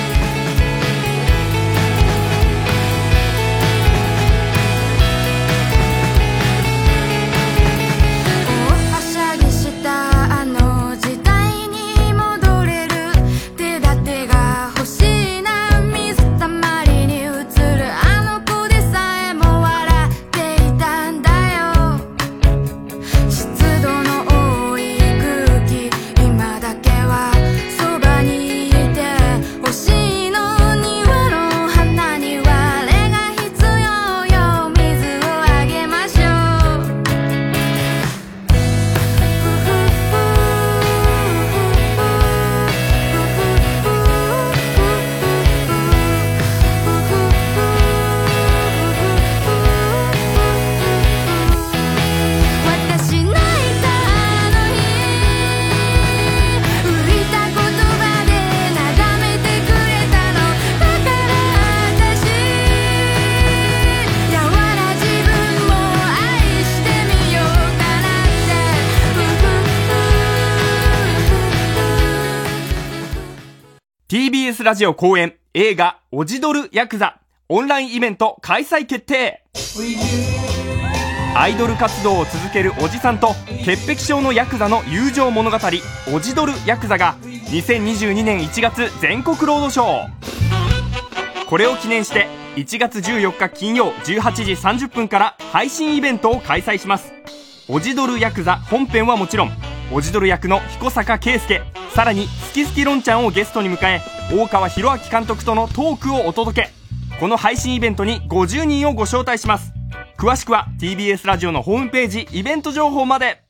TBS ラジオ公演映画オジドルヤクザオンラインイベント開催決定。アイドル活動を続けるおじさんと潔癖症のヤクザの友情物語オジドルヤクザが2022年1月全国ロードショー。これを記念して1月14日金曜18時30分から配信イベントを開催します。オジドルヤクザ本編はもちろん、オジドル役の彦坂圭介、さらにスキスキロンちゃんをゲストに迎え、大川博明監督とのトークをお届け。この配信イベントに50人をご招待します。詳しくは TBS ラジオのホームページイベント情報まで。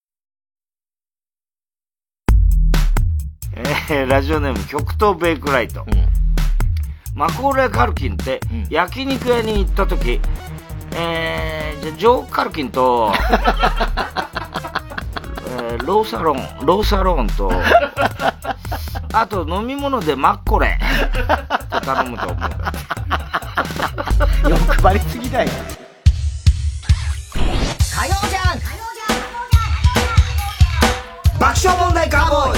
ラジオネーム極東ベイクライト、マコーレー・カルキンって焼肉屋に行った時、じゃジョー・カルキンとローサロンとあと飲み物でマッコレと頼むと思う。 欲張りすぎだよ。 火曜じゃん爆笑問題カーボーイ。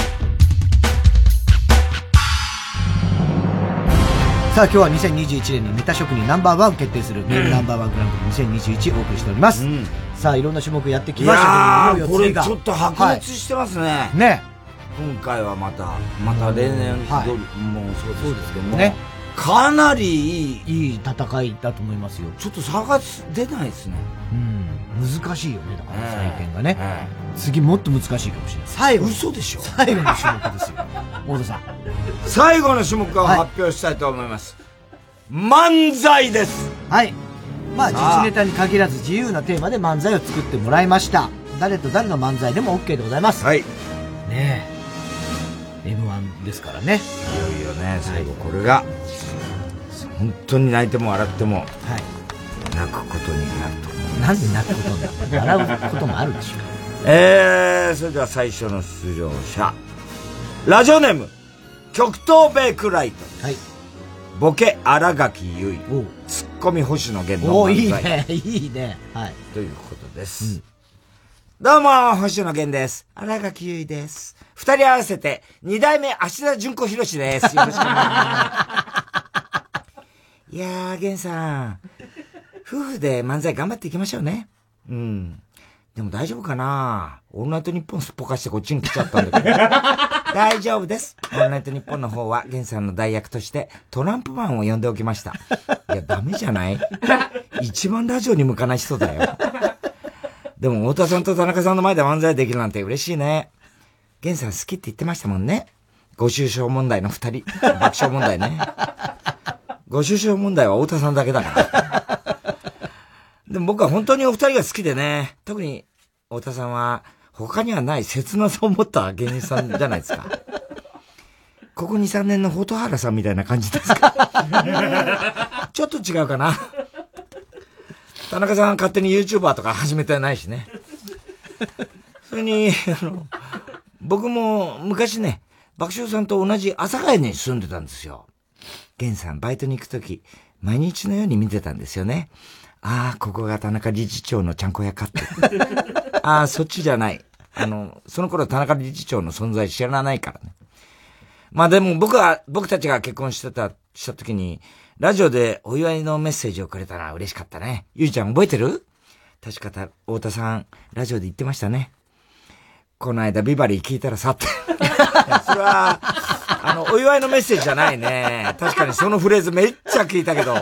さあ今日は2021年のネタ職人ナンバーワンを決定するメールナンバーワングランプリ2021をお送りしております。さあいろんな種目やってきましたけど、 これちょっと白熱してますね。 ね。 今回はまた例年もそうですけどね。 かなりいい戦いだと思いますよ。 ちょっと差が出ないですね。 難しいよね、だから採点がね。次もっと難しいかもしれない。最後。 嘘でしょ。 最後の種目ですよ。大田さん。 最後の種目を発表したいと思います。漫才です。 はい。まあ、時事ネタに限らず自由なテーマで漫才を作ってもらいました。誰と誰の漫才でも OK でございます。 はい。 ねえ。M1 ですからね。 いよいよね、最後これが、本当に泣いても笑っても、泣くことになると。 なんで泣くことになる？笑うこともあるでしょう。 それでは最初の出場者。ラジオネーム、極東ベイクライト。 はい。 ボケ、新垣結衣。ツッコミ、星野源の漫才。 いいね、いいね。はい。 ということです。どうも、星野源です。新垣結衣です。二人合わせて、二代目芦田純子博です。よろしくお願いします。いやー、源さん。夫婦で漫才頑張っていきましょうね。でも大丈夫かな？オールナイトニッポンすっぽかしてこっちに来ちゃったんだけど。大丈夫です。オールナイトニッポンの方は、源さんの代役としてトランプマンを呼んでおきました。いや、ダメじゃない？一番ラジオに向かない人だよ。でも、太田さんと田中さんの前で漫才できるなんて嬉しいね。源さん好きって言ってましたもんね。ご愁傷問題の二人。爆笑問題ね。ご愁傷問題は太田さんだけだから。でも僕は本当にお二人が好きでね、特に太田さんは他にはない切なさを持った芸人さんじゃないですか。 ここ2、3年の蛍原さんみたいな感じですか？ちょっと違うかな。田中さんは勝手に YouTuber とか始めてないしね。それに、僕も昔ね、爆笑さんと同じ阿佐ヶ谷に住んでたんですよ。源さんバイトに行くとき、毎日のように見てたんですよね。ああ、ここが田中理事長のちゃんこ屋かって。ああ、そっちじゃない。その頃田中理事長の存在知らないからね。まあでも僕たちが結婚した時に、ラジオでお祝いのメッセージをくれたのは嬉しかったね。ゆいちゃん覚えてる？確か太田さん、ラジオで言ってましたね。この間ビバリー聞いたらさって。それは、お祝いのメッセージじゃないね。確かにそのフレーズめっちゃ聞いたけど。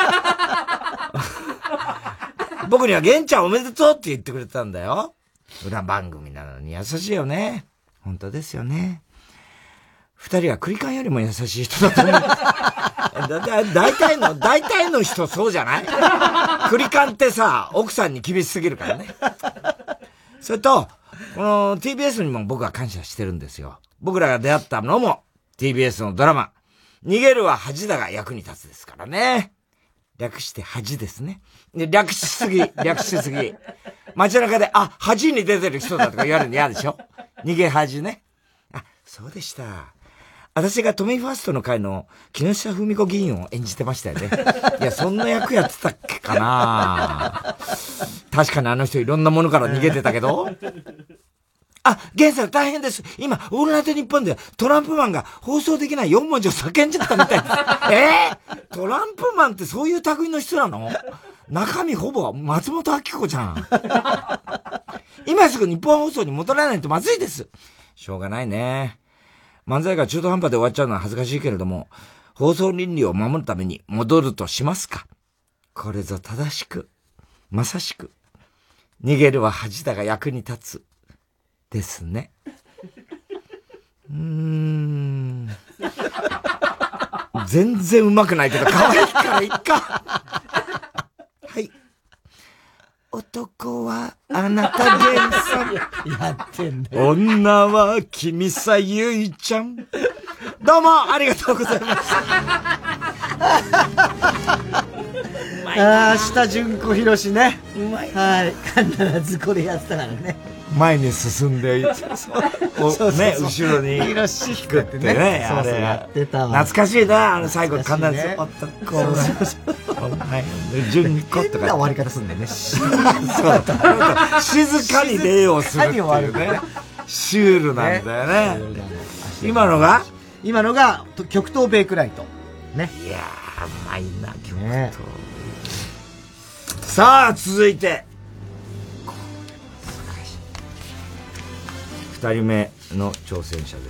僕には玄ちゃんおめでとうって言ってくれたんだよ。裏番組なのに優しいよね。本当ですよね。二人はクリカンよりも優しい人だと思う。大体の人そうじゃない？クリカンってさ、奥さんに厳しすぎるからね。それと、この TBS にも僕は感謝してるんですよ。僕らが出会ったのも TBS のドラマ、逃げるは恥だが役に立つですからね。略して恥ですね。略しすぎ。街中で、あ、恥に出てる人だとか言われるの嫌でしょ？逃げ恥ね。あ、そうでした。私が都民ファーストの会の木下富美子議員を演じてましたよね。いや、そんな役やってたっけかな。確かにあの人いろんなものから逃げてたけど。あ、源さん大変です。今、オールナイトニッポンでトランプマンが放送できない4文字を叫んじゃったみたいです。トランプマンってそういう類の人なの？中身ほぼ松本明子じゃん。今すぐ日本放送に戻らないとまずいです。しょうがないね。漫才が中途半端で終わっちゃうのは恥ずかしいけれども、放送倫理を守るために戻るとしますか。これぞ正しく、まさしく、逃げるは恥だが役に立つ。ですね。全然うまくないけど、可愛いからいっか。はい。男はあなた源さん。 やってんね。 女は君さゆいちゃん。どうもありがとうございました。 明日純子ひろしね。はい。必ずこれやってたからね。 前に進んで、ね、後ろにひろし引くってね。そうそうやってたわ。 懐かしいな、最後必ず男は。純子とか。 変な終わり方すんだよね。 静かに礼をするっていうね。シュールなんだよね。今のが極東ベイクライト。ね。 いやー、うまいな、極東。さあ、続いて。二人目の挑戦者です。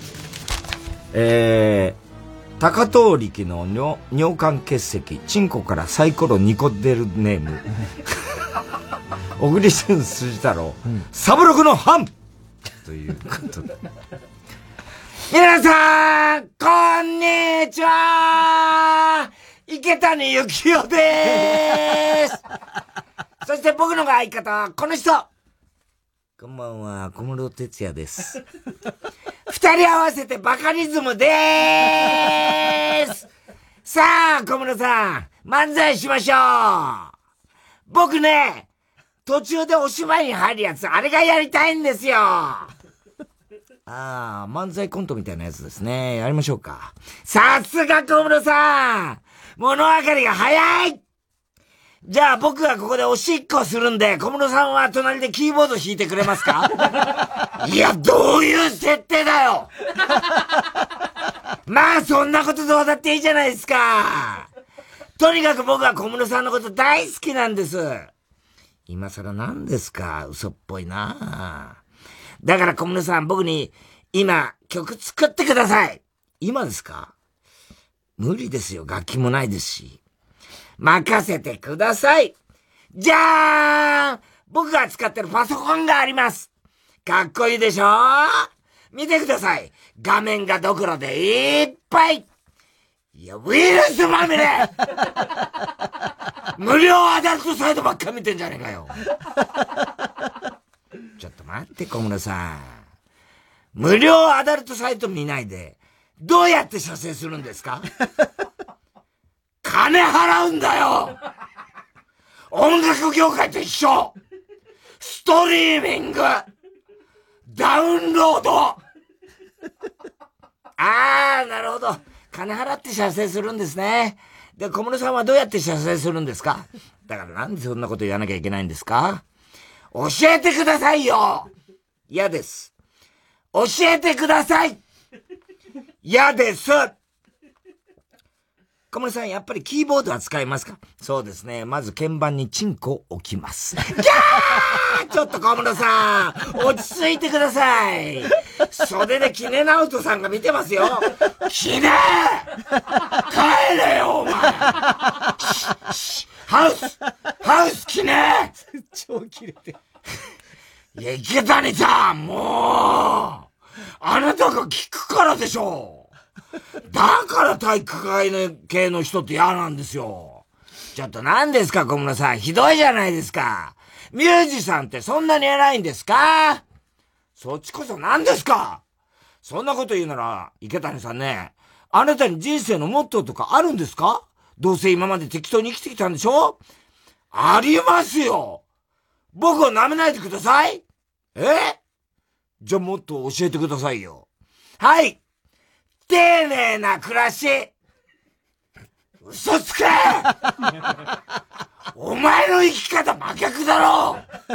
高遠力の尿管結石、チンコからサイコロ2個出るネーム。小栗旬筋太郎、サブロクのハンということで。皆さん、こんにちは、池谷幸雄でーす。そして僕の相方はこの人。こんばんは、小室哲也です。二人合わせてバカリズムでーす。さあ、小室さん、漫才しましょう。僕ね、途中でお芝居に入るやつ、あれがやりたいんですよ。漫才コントみたいなやつですね。やりましょうか。さすが小室さん、物分かりが早い。じゃあ僕がここでおしっこするんで、小室さんは隣でキーボード弾いてくれますか？いや、どういう設定だよ。まあそんなことどうだっていいじゃないですか。とにかく僕は小室さんのこと大好きなんです。今更何ですか、嘘っぽいな。だから小室さん、僕に今曲作ってください。今ですか？無理ですよ、楽器もないですし。任せてください。じゃーん！僕が使ってるパソコンがあります。かっこいいでしょ？見てください。画面がドクロでいっぱい。いや、ウイルスまみれ無料アダルトサイトばっか見てんじゃねえかよ。ちょっと待って、小室さん。無料アダルトサイト見ないで、 どうやって射精するんですか？金払うんだよ。音楽業界と一緒。ストリーミング、ダウンロード。なるほど。金払って射精するんですね。で、小室さんはどうやって射精するんですか？だからなんでそんなこと言わなきゃいけないんですか？教えてくださいよ。嫌です。教えてください。嫌です。小室さん、やっぱりキーボードは使いますか？そうですね。まず鍵盤にチンコを置きます。ギャー！ちょっと小室さん、落ち着いてください。袖でキネナウトさんが見てますよ。キネ！帰れよ、お前！ハウスキネ！ 超キレて。 いや、池谷さん、もう、あなたが聞くからでしょ。だから体育会系の人って嫌なんですよ。ちょっと何ですか、小室さん。ひどいじゃないですか。ミュージシャンってそんなに偉いんですか？そっちこそ何ですか？そんなこと言うなら、池谷さんね、あなたに人生のモットーとかあるんですか？どうせ今まで適当に生きてきたんでしょ？ありますよ。僕を舐めないでください。じゃあもっと教えてくださいよ。はい。丁寧な暮らし。嘘つけお前の生き方真逆だろ。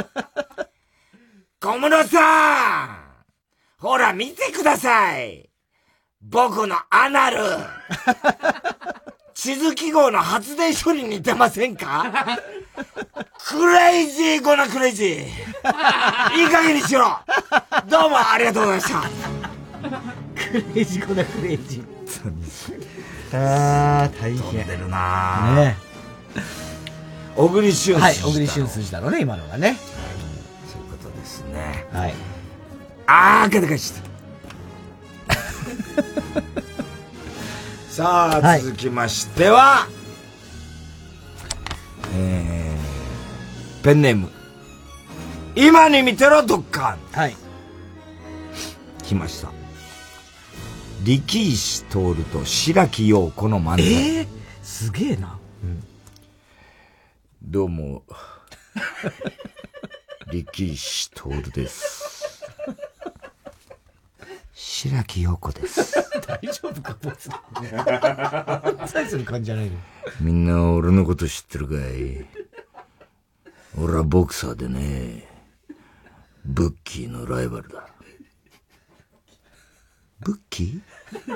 小室さん、ほら見てください。僕のアナル。地図記号の発電所に似てませんか？クレイジーゴナクレイジー。いい加減にしろ。どうもありがとうございました。 クレイジーゴナクレイジー。大変。 飛んでるなぁ。ね。小栗旬はい、小栗旬筋だろうね、今のがね。 そういうことですね。 はい。 ガタガタした。さあ、続きましては、ペンネーム、今に見てろドッカン。 はい。 来ました。力石徹と白木陽子の漫才。 すげえな。 どうも、力石徹です。白木陽子です。 大丈夫か、ボス。漫才する感じじゃないの。 みんな俺のこと知ってるかい？俺はボクサーでね、ブッキーのライバルだ。ブッキー？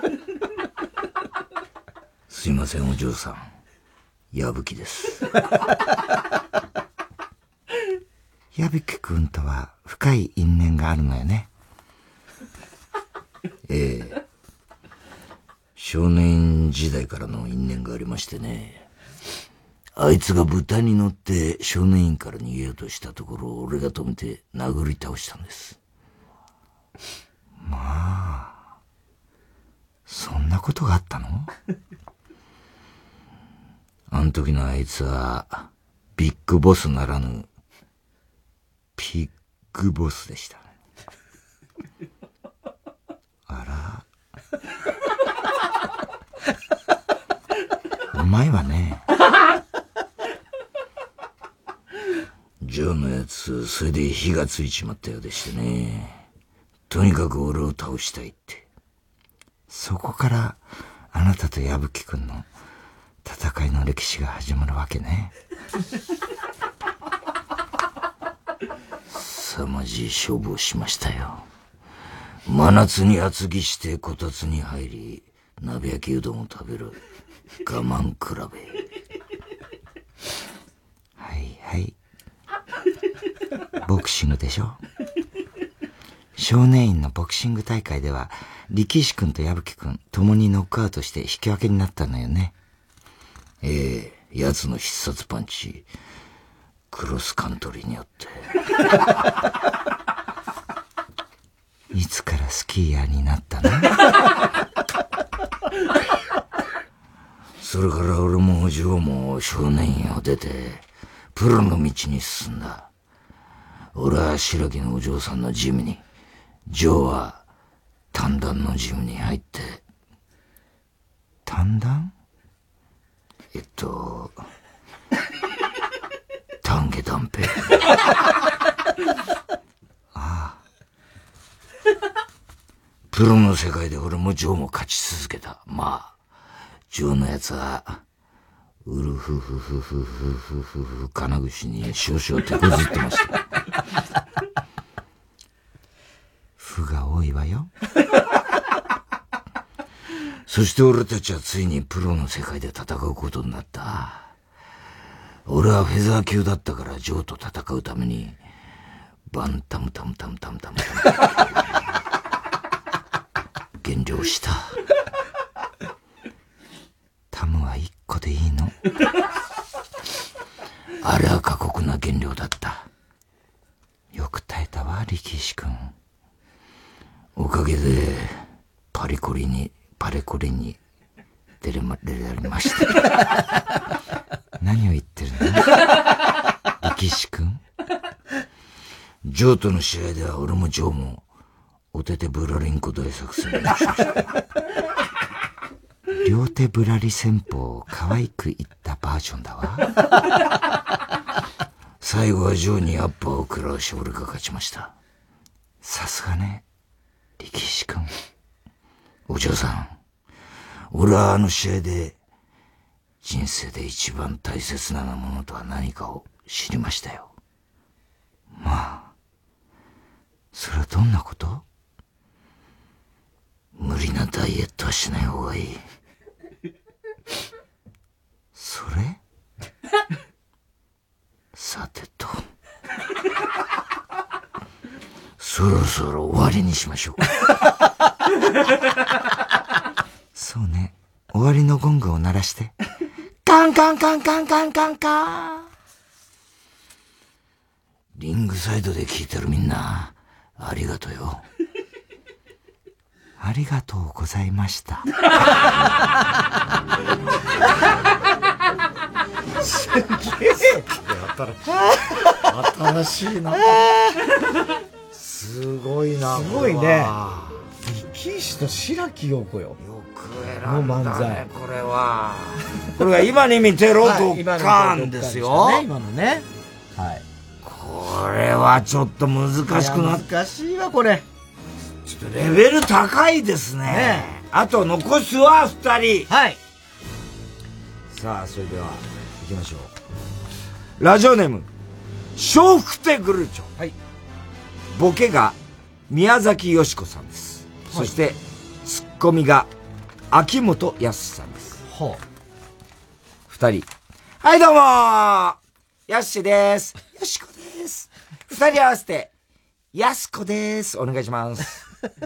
すいません、お嬢さん。矢吹です。矢吹くんとは深い因縁があるのよね。少年時代からの因縁がありましてね。あいつが豚に乗って少年院から逃げようとしたところを俺が止めて殴り倒したんです。まあ、そんなことがあったの？あの時のあいつはビッグボスならぬピッグボスでした。あら。お前はね、ジョーのやつ、それで火がついちまったようでしてね。とにかく俺を倒したいって。そこからあなたと矢吹くんの戦いの歴史が始まるわけね。凄まじい勝負をしましたよ。真夏に厚着してこたつに入り、鍋焼きうどんを食べる我慢比べ。はいはい。ボクシングでしょ？少年院のボクシング大会では力石くんと矢吹くん共にノックアウトして引き分けになったのよね。奴の必殺パンチクロスカントリーによっていつからスキーヤーになったの？それから俺もお嬢も少年院を出てプロの道に進んだ。俺は白木のお嬢さんのジムに、ジョーは短弾のジムに入って判断？丹下断平。ああ。プロの世界で俺もジョーも勝ち続けた。まあ、ジョーのやつは、うるふふふふふふふふ金串に少々手こずってました。負が多いわよ。そして俺たちはついにプロの世界で戦うことになった。俺はフェザー級だったからジョーと戦うために、バンタムタムタムタムタムタム。減量した。タムは1個でいいの？あれは過酷な減量だった。よく耐えたわ、力士君。おかげで、パレコレに出られました。何を言ってるの？力士君？ジョーとの試合では俺もジョーも、お手手ぶらりんこ大作戦をしました。両手ぶらり戦法を可愛く言ったバージョンだわ。最後はジョーにアッパーを食らわし俺が勝ちました。さすがね、力士君。お嬢さん、俺はあの試合で人生で一番大切なものとは何かを知りましたよ。まあ、それはどんなこと？無理なダイエットはしない方がいい。それ？さてと。そろそろ終わりにしましょうか。そうね。終わりのゴングを鳴らして。カンカンカンカンカンカンカン。リングサイドで聞いてるみんな、ありがとうよ。ありがとうございました。 すげえ。新しいな。すごいな。すごいね。力士と白木陽子よ。よく選んだね、これは。これが今に見てろ、ドッカーンですよ。 今のね。はい。 これはちょっと難しくなっ難しいわ、これ。 ちょっとレベル高いですね。あと残すは2人。 はい。 さあ、それでは、行きましょう。ラジオネーム、笑福亭グルーチョ。 はい。 ボケが宮崎美子さんです。そして、ツッコミが秋元康さんです。 はあ。 2人。はい、どうもーやっしーです。よしこです。2人合わせて、やすこです。お願いします。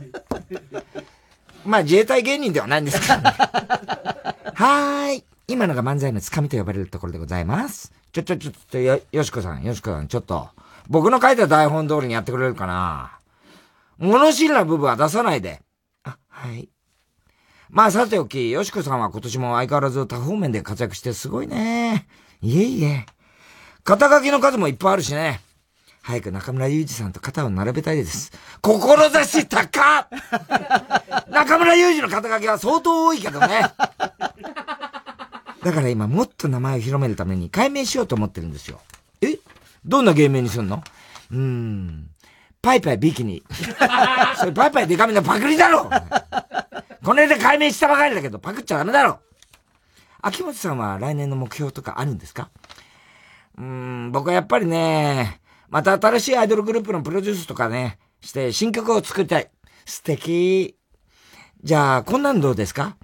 まあ自衛隊芸人ではないんですけどね。はーい。今のが漫才のつかみと呼ばれるところでございます。よしこさん、ちょっと、僕の書いた台本通りにやってくれるかな？物知りな部分は出さないで。あ、はい。まあさておき、よしこさんは今年も相変わらず多方面で活躍してすごいね。いえいえ。肩書きの数もいっぱいあるしね。早く中村祐二さんと肩を並べたいです。志高っ中村祐二の肩書きは相当多いけどね。だから今もっと名前を広めるために改名しようと思ってるんですよ。え？どんな芸名にすんの？パイパイビキニ。それパイパイデカめのパクリだろこの間改名したばかりだけどパクっちゃダメだろ。秋元さんは来年の目標とかあるんですか？僕はやっぱりね、また新しいアイドルグループのプロデュースとかね、して新曲を作りたい。素敵。じゃあ、こんなんどうですか？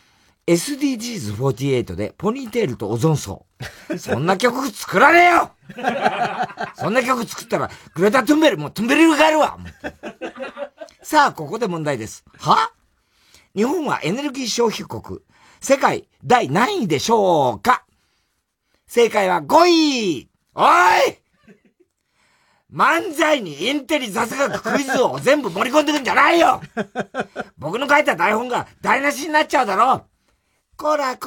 SDGs48 でポニーテールとオゾン層。そんな曲作らねえよそんな曲作ったら、グレタ・トゥンベルもトゥンベルが帰るわさあ、ここで問題です。は？日本はエネルギー消費国。世界第何位でしょうか？正解は5位。おい漫才にインテリ雑学クイズを全部盛り込んでくんじゃないよ僕の書いた台本が台無しになっちゃうだろ。こら。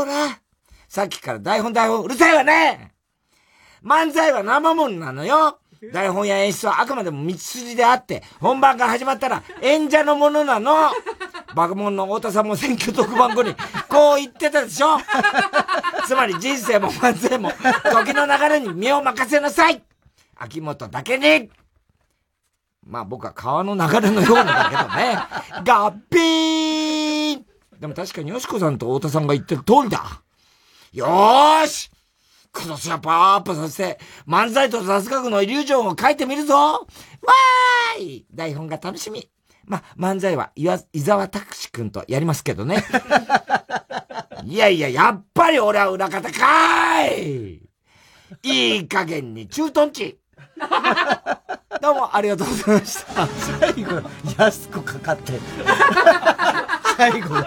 さっきから台本うるさいわね。漫才は生もんなのよ。 台本や演出はあくまでも道筋であって、本番が始まったら演者のものなの。バカモンの太田さんも選挙特番後にこう言ってたでしょ。つまり人生も漫才も時の流れに身を任せなさい。秋元だけに。まあ僕は川の流れのようなんだけどね。ガッピーン。でも確かによしこさんと太田さんが言ってる通りだ。よーし、今年はパワーアップさせて漫才と雑学のイリュージョンを書いてみるぞ。わーい。台本が楽しみ。ま、漫才は伊沢拓司くんとやりますけどね。いやいや、やっぱり俺は裏方かーい。いい加減に駐屯地。どうもありがとうございました。 最後、安子かかって。最後。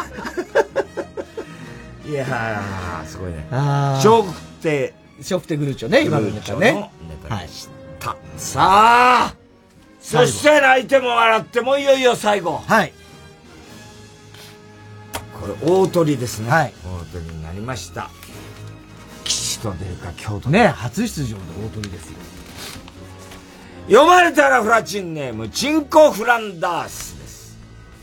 いやー、すごいね。 笑福亭グルーチョね、今のネタね。 はい。さあ、そして泣いても笑ってもいよいよ最後。 はい。 これ大鳥ですね。 はい。 大鳥になりました。吉と出るか京都ね、初出場の大鳥ですよ。 読まれたらフラチンネーム、チンコフランダースです。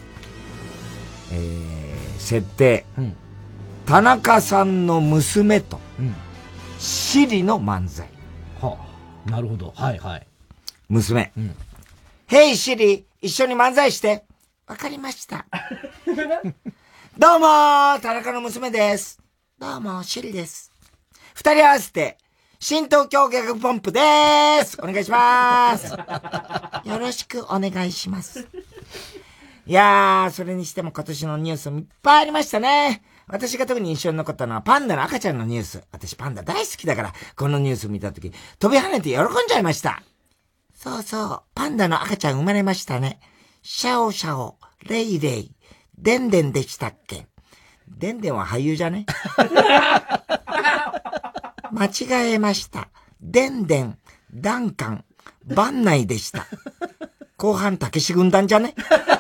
設定。田中さんの娘と、シリの漫才。 はあ、なるほど。はいはい。 娘。ヘイシリ、一緒に漫才して。わかりました。どうもー、田中の娘です。どうも、シリです。二人合わせて、新東京ギャグポンプでーす。お願いしまーす。よろしくお願いします。いやー、それにしても今年のニュースもいっぱいありましたね。私が特に印象に残ったのはパンダの赤ちゃんのニュース。私パンダ大好きだから、このニュース見たとき、飛び跳ねて喜んじゃいました。そうそう、パンダの赤ちゃん生まれましたね。シャオシャオ、レイレイ、デンデンでしたっけ？デンデンは俳優じゃね？間違えました。デンデン、ダンカン、バンナイでした。後半たけし軍団じゃね？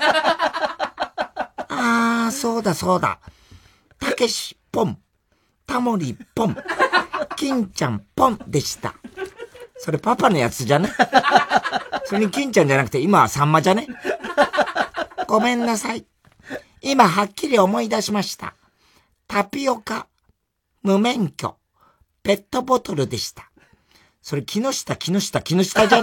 あー、そうだそうだ。たけしポン、タモリポン、金ちゃんポンでした。それパパのやつじゃね？それに金ちゃんじゃなくて今はサンマじゃね？ごめんなさい。今はっきり思い出しました。タピオカ、無免許、ペットボトルでした。それ木下じゃん。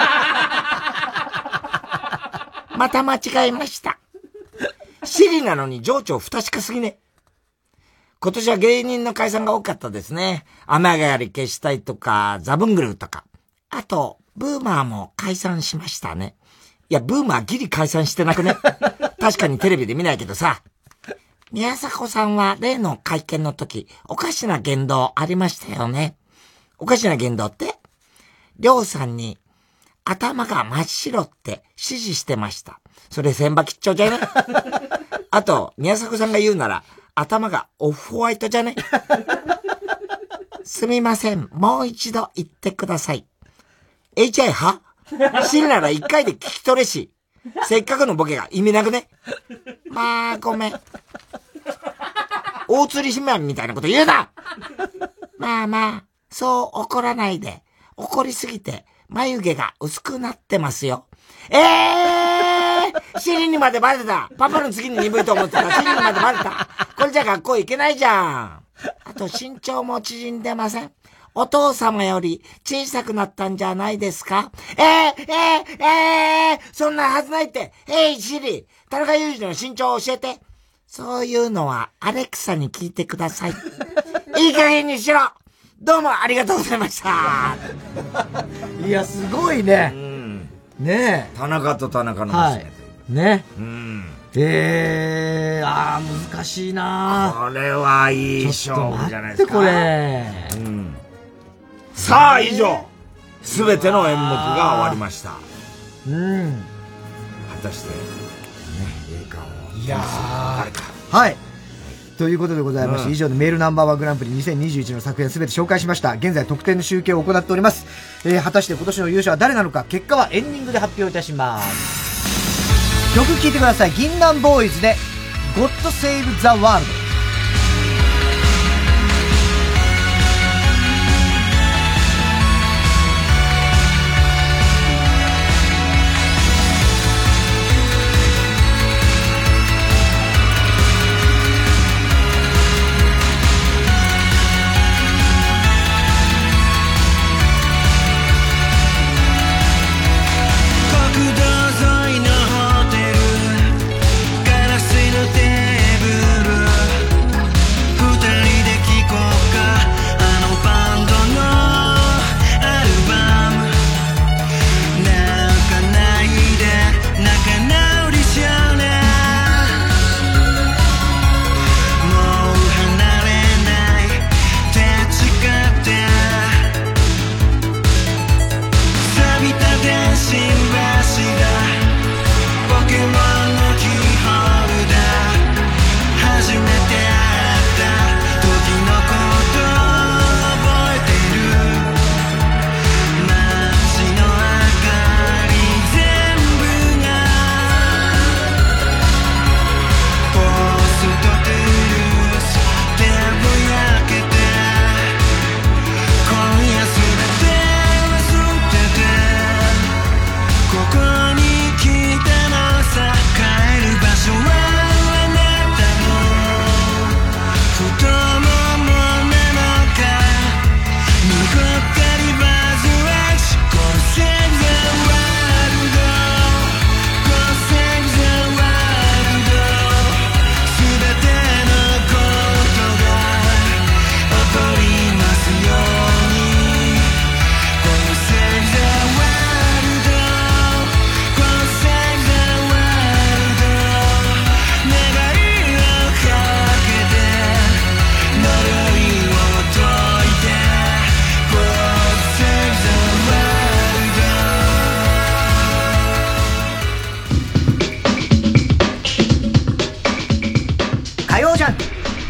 また間違えました。シリなのに情緒不確かすぎね。今年は芸人の解散が多かったですね。雨上がり消したいとか、ザブングルとか。あと、ブーマーも解散しましたね。いや、ブーマーギリ解散してなくね。確かにテレビで見ないけどさ。宮迫さんは例の会見の時、おかしな言動ありましたよね。おかしな言動って？りょうさんに頭が真っ白って指示してました。それ千葉吉兆じゃね？あと、宮迫さんが言うなら、頭がオフホワイトじゃね？すみません。もう一度言ってください。HI は？知るなら一回で聞き取れし。せっかくのボケが意味なくね？まあ、ごめん。大釣り姫みたいなこと言うな！まあまあ、そう怒らないで。怒りすぎて、眉毛が薄くなってますよ。シリにまでバレた。パパの次に鈍いと思ってた。シリにまでバレた。これじゃ学校行けないじゃん。あと身長も縮んでません。お父様より小さくなったんじゃないですか？そんなはずないって。シリ、田中裕二の身長を教えて。そういうのはアレクサに聞いてください。いい加減にしろ。どうもありがとうございました。 いや、すごいね。ねえ。田中と田中の娘。はい。 ね。難しいな。 これはいい勝負じゃないですか。 これ。 さあ、以上。すべての演目が終わりました。果たして、栄冠を。 いやー。はい。ということでございまして、以上でメールナンバーワングランプリ2021の作品すべて紹介しました。現在得点の集計を行っております。果たして今年の優勝は誰なのか、結果はエンディングで発表いたします。曲聴いてください。銀杏ボーイズで God Save the World。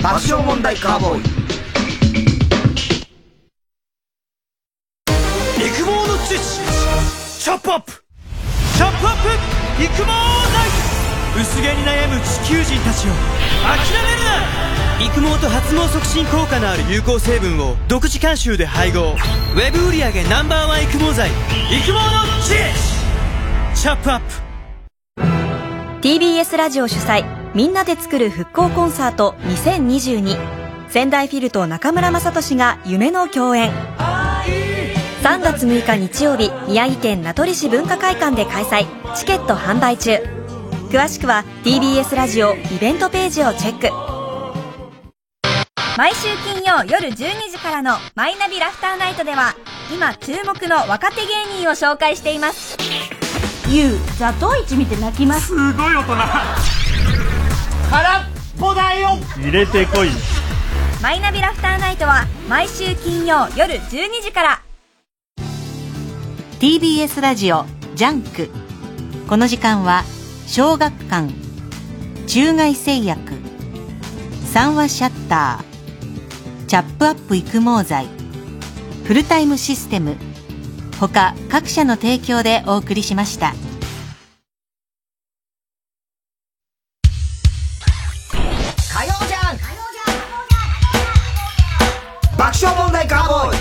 爆笑問題カーボーイ。 育毛の知識、チャップアップ、チャップアップ育毛剤。薄毛に悩む地球人たちを諦めるな。育毛と発毛促進効果のある有効成分を独自監修で配合。ウェブ売上Ｎｏ.1育毛剤、育毛の知識、チャップアップ。 TBS ラジオ主催、みんなで作る復興コンサート2022。仙台フィルと中村雅俊が夢の共演。3月6日日曜日、宮城県名取市文化会館で開催。チケット販売中。詳しくは TBS ラジオイベントページをチェック。毎週金曜夜12時からのマイナビラフターナイトでは、今注目の若手芸人を紹介しています。 ユウ、ザトウイチ見て泣きます。 すごい大人。 空っぽだよ。 入れてこい。 マイナビラフターナイトは毎週金曜夜12時から。 TBS ラジオジャンク。この時間は小学館、中外製薬、三話シャッター、チャップアップ育毛剤、フルタイムシステム他各社の提供でお送りしました。 火曜じゃん爆笑問題カーボーイ。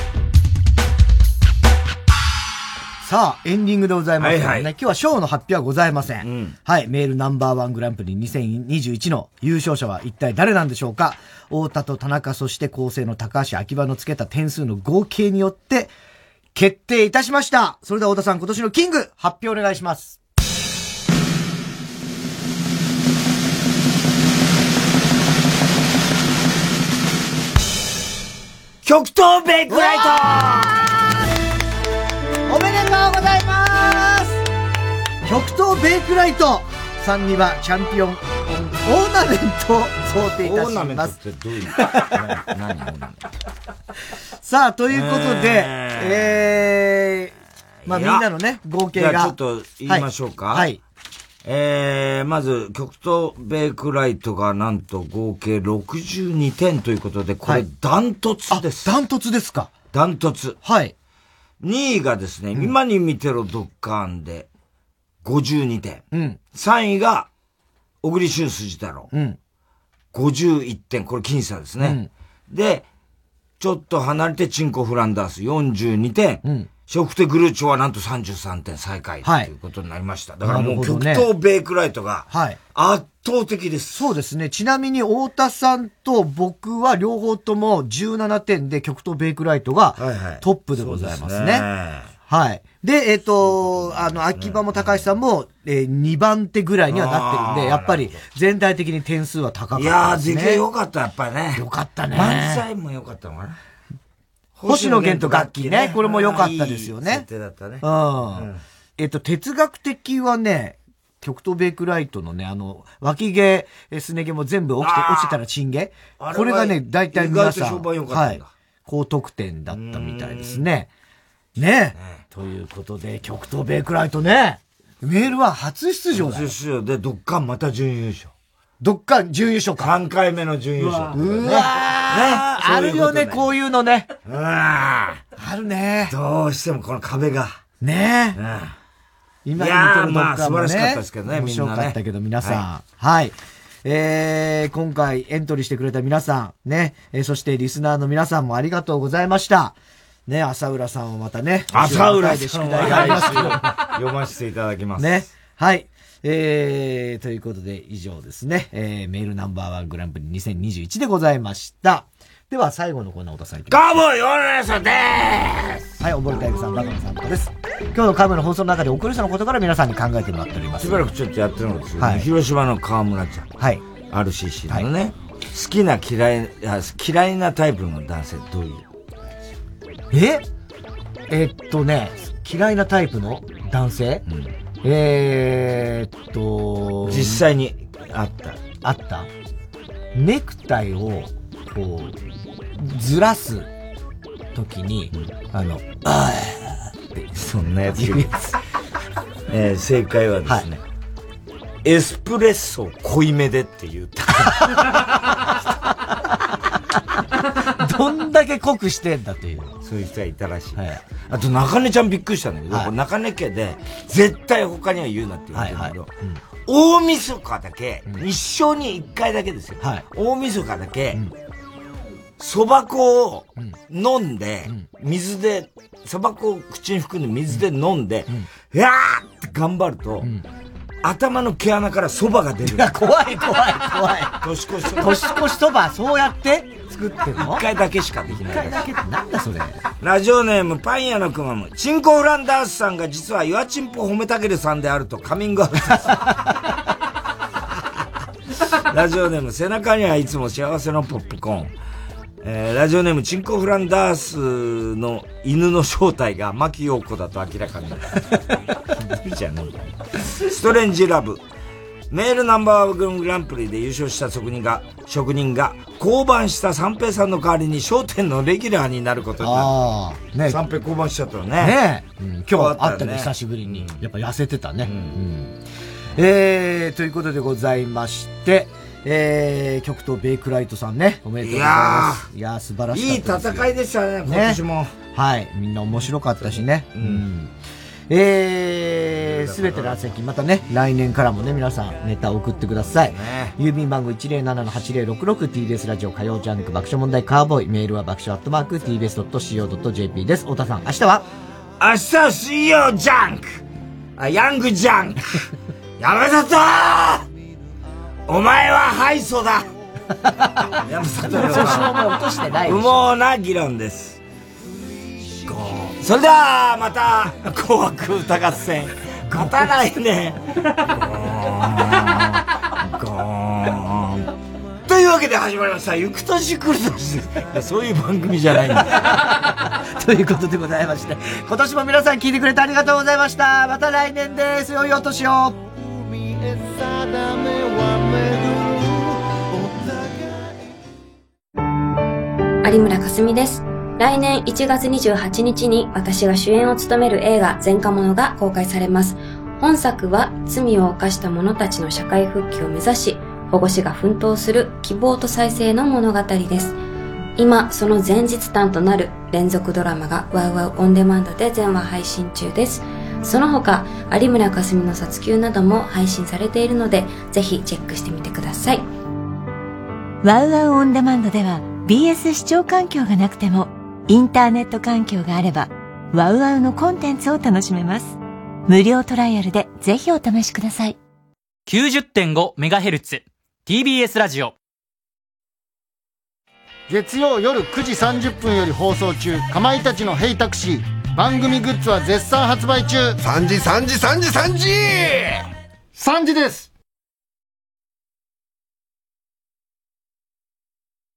さあ、エンディングでございますけどね、 はいはい、 今日は賞の発表はございません。はい、メールナンバーワングランプリ2021の優勝者は一体誰なんでしょうか。太田と田中、そして構成の高橋、秋葉のつけた点数の合計によって決定いたしました。それでは太田さん、今年のキング発表お願いします。 極東ベイクライト。 おめでとうございます。極東ベイクライトさんにはチャンピオンオーナメントを贈呈いたします。オーナメントってどういう何さあ、ということで、まあみんなのね、合計が。 じゃあちょっと言いましょうか。はい。まず、極東ベイクライトがなんと合計62点ということで、これダントツです。 ダントツですか。 ダントツ。 はい。 2位がですね、今に見てろドッカーンで52点。3位が、小栗旬筋太郎。51点。これ僅差ですね。で、ちょっと離れてチンコフランダース42点。ショフテグルーチョはなんと33点最下位ということになりました。だからもう極東ベイクライトが圧倒的です。 そうですね。ちなみに太田さんと僕は両方とも17点で極東ベイクライトがトップでございますね。はい。で、秋葉も高橋さんも、2番手ぐらいにはなってるんで、やっぱり全体的に点数は高かったですね。 いやー、でけよかった、やっぱりね。 よかったね。 漫才もよかったのかな。 星野源とガッキーね。これも良かったですよね。 設定だったね。 哲学的はね、極東ベイクライトのね、脇毛、すね毛も全部落ちてたらチン毛。これがね、大体皆さん、はい、高得点だったみたいですね。ね。ということで、極東ベイクライトね、メールは初出場だよ。 初出場で、どっかんまた準優勝。 どっか準優勝か。 3回目の準優勝。 うわあるよね、こういうのね。あるね。 どうしてもこの壁が。 ねえ。今見てるどっかもね。 素晴らしかったですけどね、 面白かったけど、皆さん。はい。今回エントリーしてくれた皆さん、ね。そしてリスナーの皆さんもありがとうございました。ね、浅浦さんはまたね。 浅浦で宿題がありますけど。 読ませていただきます。 ね。はい。ということで以上ですね。メールナンバーワングランプリ2021でございました。では最後のコーナー、太田さんいきます。 カーボーイオーナーさんでーす。 はい、溺れたいくさん、バカの散歩です。今日のカーボーイの放送の中で送る人のことから皆さんに考えてもらっております。 しばらくちょっとやってるんですけど、広島の川村ちゃん。はい。RCC のね、好きな嫌いなタイプの男性どういう？ 嫌いなタイプの男性？ 実際にあった。 ネクタイを、こう、ずらすときに、 そんなやつ言うやつ。正解はですね、エスプレッソ濃いめでって言った。 だけ濃くしてんだという。 そういう人がいたらしい。はい、あと、中根ちゃんびっくりしたんだけど、はい、中根家で、絶対他には言うなって言われてるんだけど、大晦日だけ、一生に一回だけですよ。はい、大晦日だけ、蕎麦粉を飲んで、水で、蕎麦粉を口に含んで水で飲んで、いやーって頑張ると、頭の毛穴から蕎麦が出る。 いや、怖い。 年越し蕎麦。 年越し蕎麦、そうやって作ってるの？ 一回だけしかできない。 一回だけってなんだそれ。 ラジオネームパン屋のくまむ。チンコフランダースさんが実は岩チンポ褒めたけるさんであるとカミングアウトです。ラジオネーム背中にはいつも幸せのポップコーン。ラジオネームチンコフランダースの犬の正体が牧陽子だと明らかになった。いいじゃんね。ストレンジラブ。メールナンバー1グランプリで優勝した職人が降板した三平さんの代わりに笑点のレギュラーになることになる。ね、三平降板しちゃったのね。 ねえ、今日会ったね、久しぶりに。やっぱ痩せてたね。ということでございまして、極東ベイクライトさんね、おめでとうございます。いやー、素晴らしかったです。 いい戦いでしたね、今年も。 はい。みんな面白かったしね。すべての朝日、またね、来年からもね、皆さんネタを送ってください。郵便番号 107-8066 TBS ラジオ火曜ジャンク爆笑問題カーボーイ。メールは爆笑@tbs.co.jp です。太田さん、明日は水曜ジャンクヤングジャンク山里お前は敗訴だ山里は落としてない。 不毛な議論です。それではまた紅白歌合戦勝たないねというわけで始まりましたゆく年来る年です。そういう番組じゃないんだということでございまして、今年も皆さん聞いてくれてありがとうございました。また来年です。良いお年を。 有村架純です。来年1月28日に私が主演を務める映画前科者が公開されます。本作は罪を犯した者たちの社会復帰を目指し、保護司が奮闘する希望と再生の物語です。今、その前日譚となる連続ドラマがワウワウオンデマンドで全話配信中です。その他、有村架純の殺球なども配信されているので、ぜひチェックしてみてください。 ワウワウオンデマンドでは BS 視聴環境がなくてもインターネット環境があればワウワウのコンテンツを楽しめます。無料トライアルでぜひお試しください。 90.5MHz TBS ラジオ、 月曜夜9時30分より放送中、かまいたちのヘイタクシー。番組グッズは絶賛発売中。 3時です。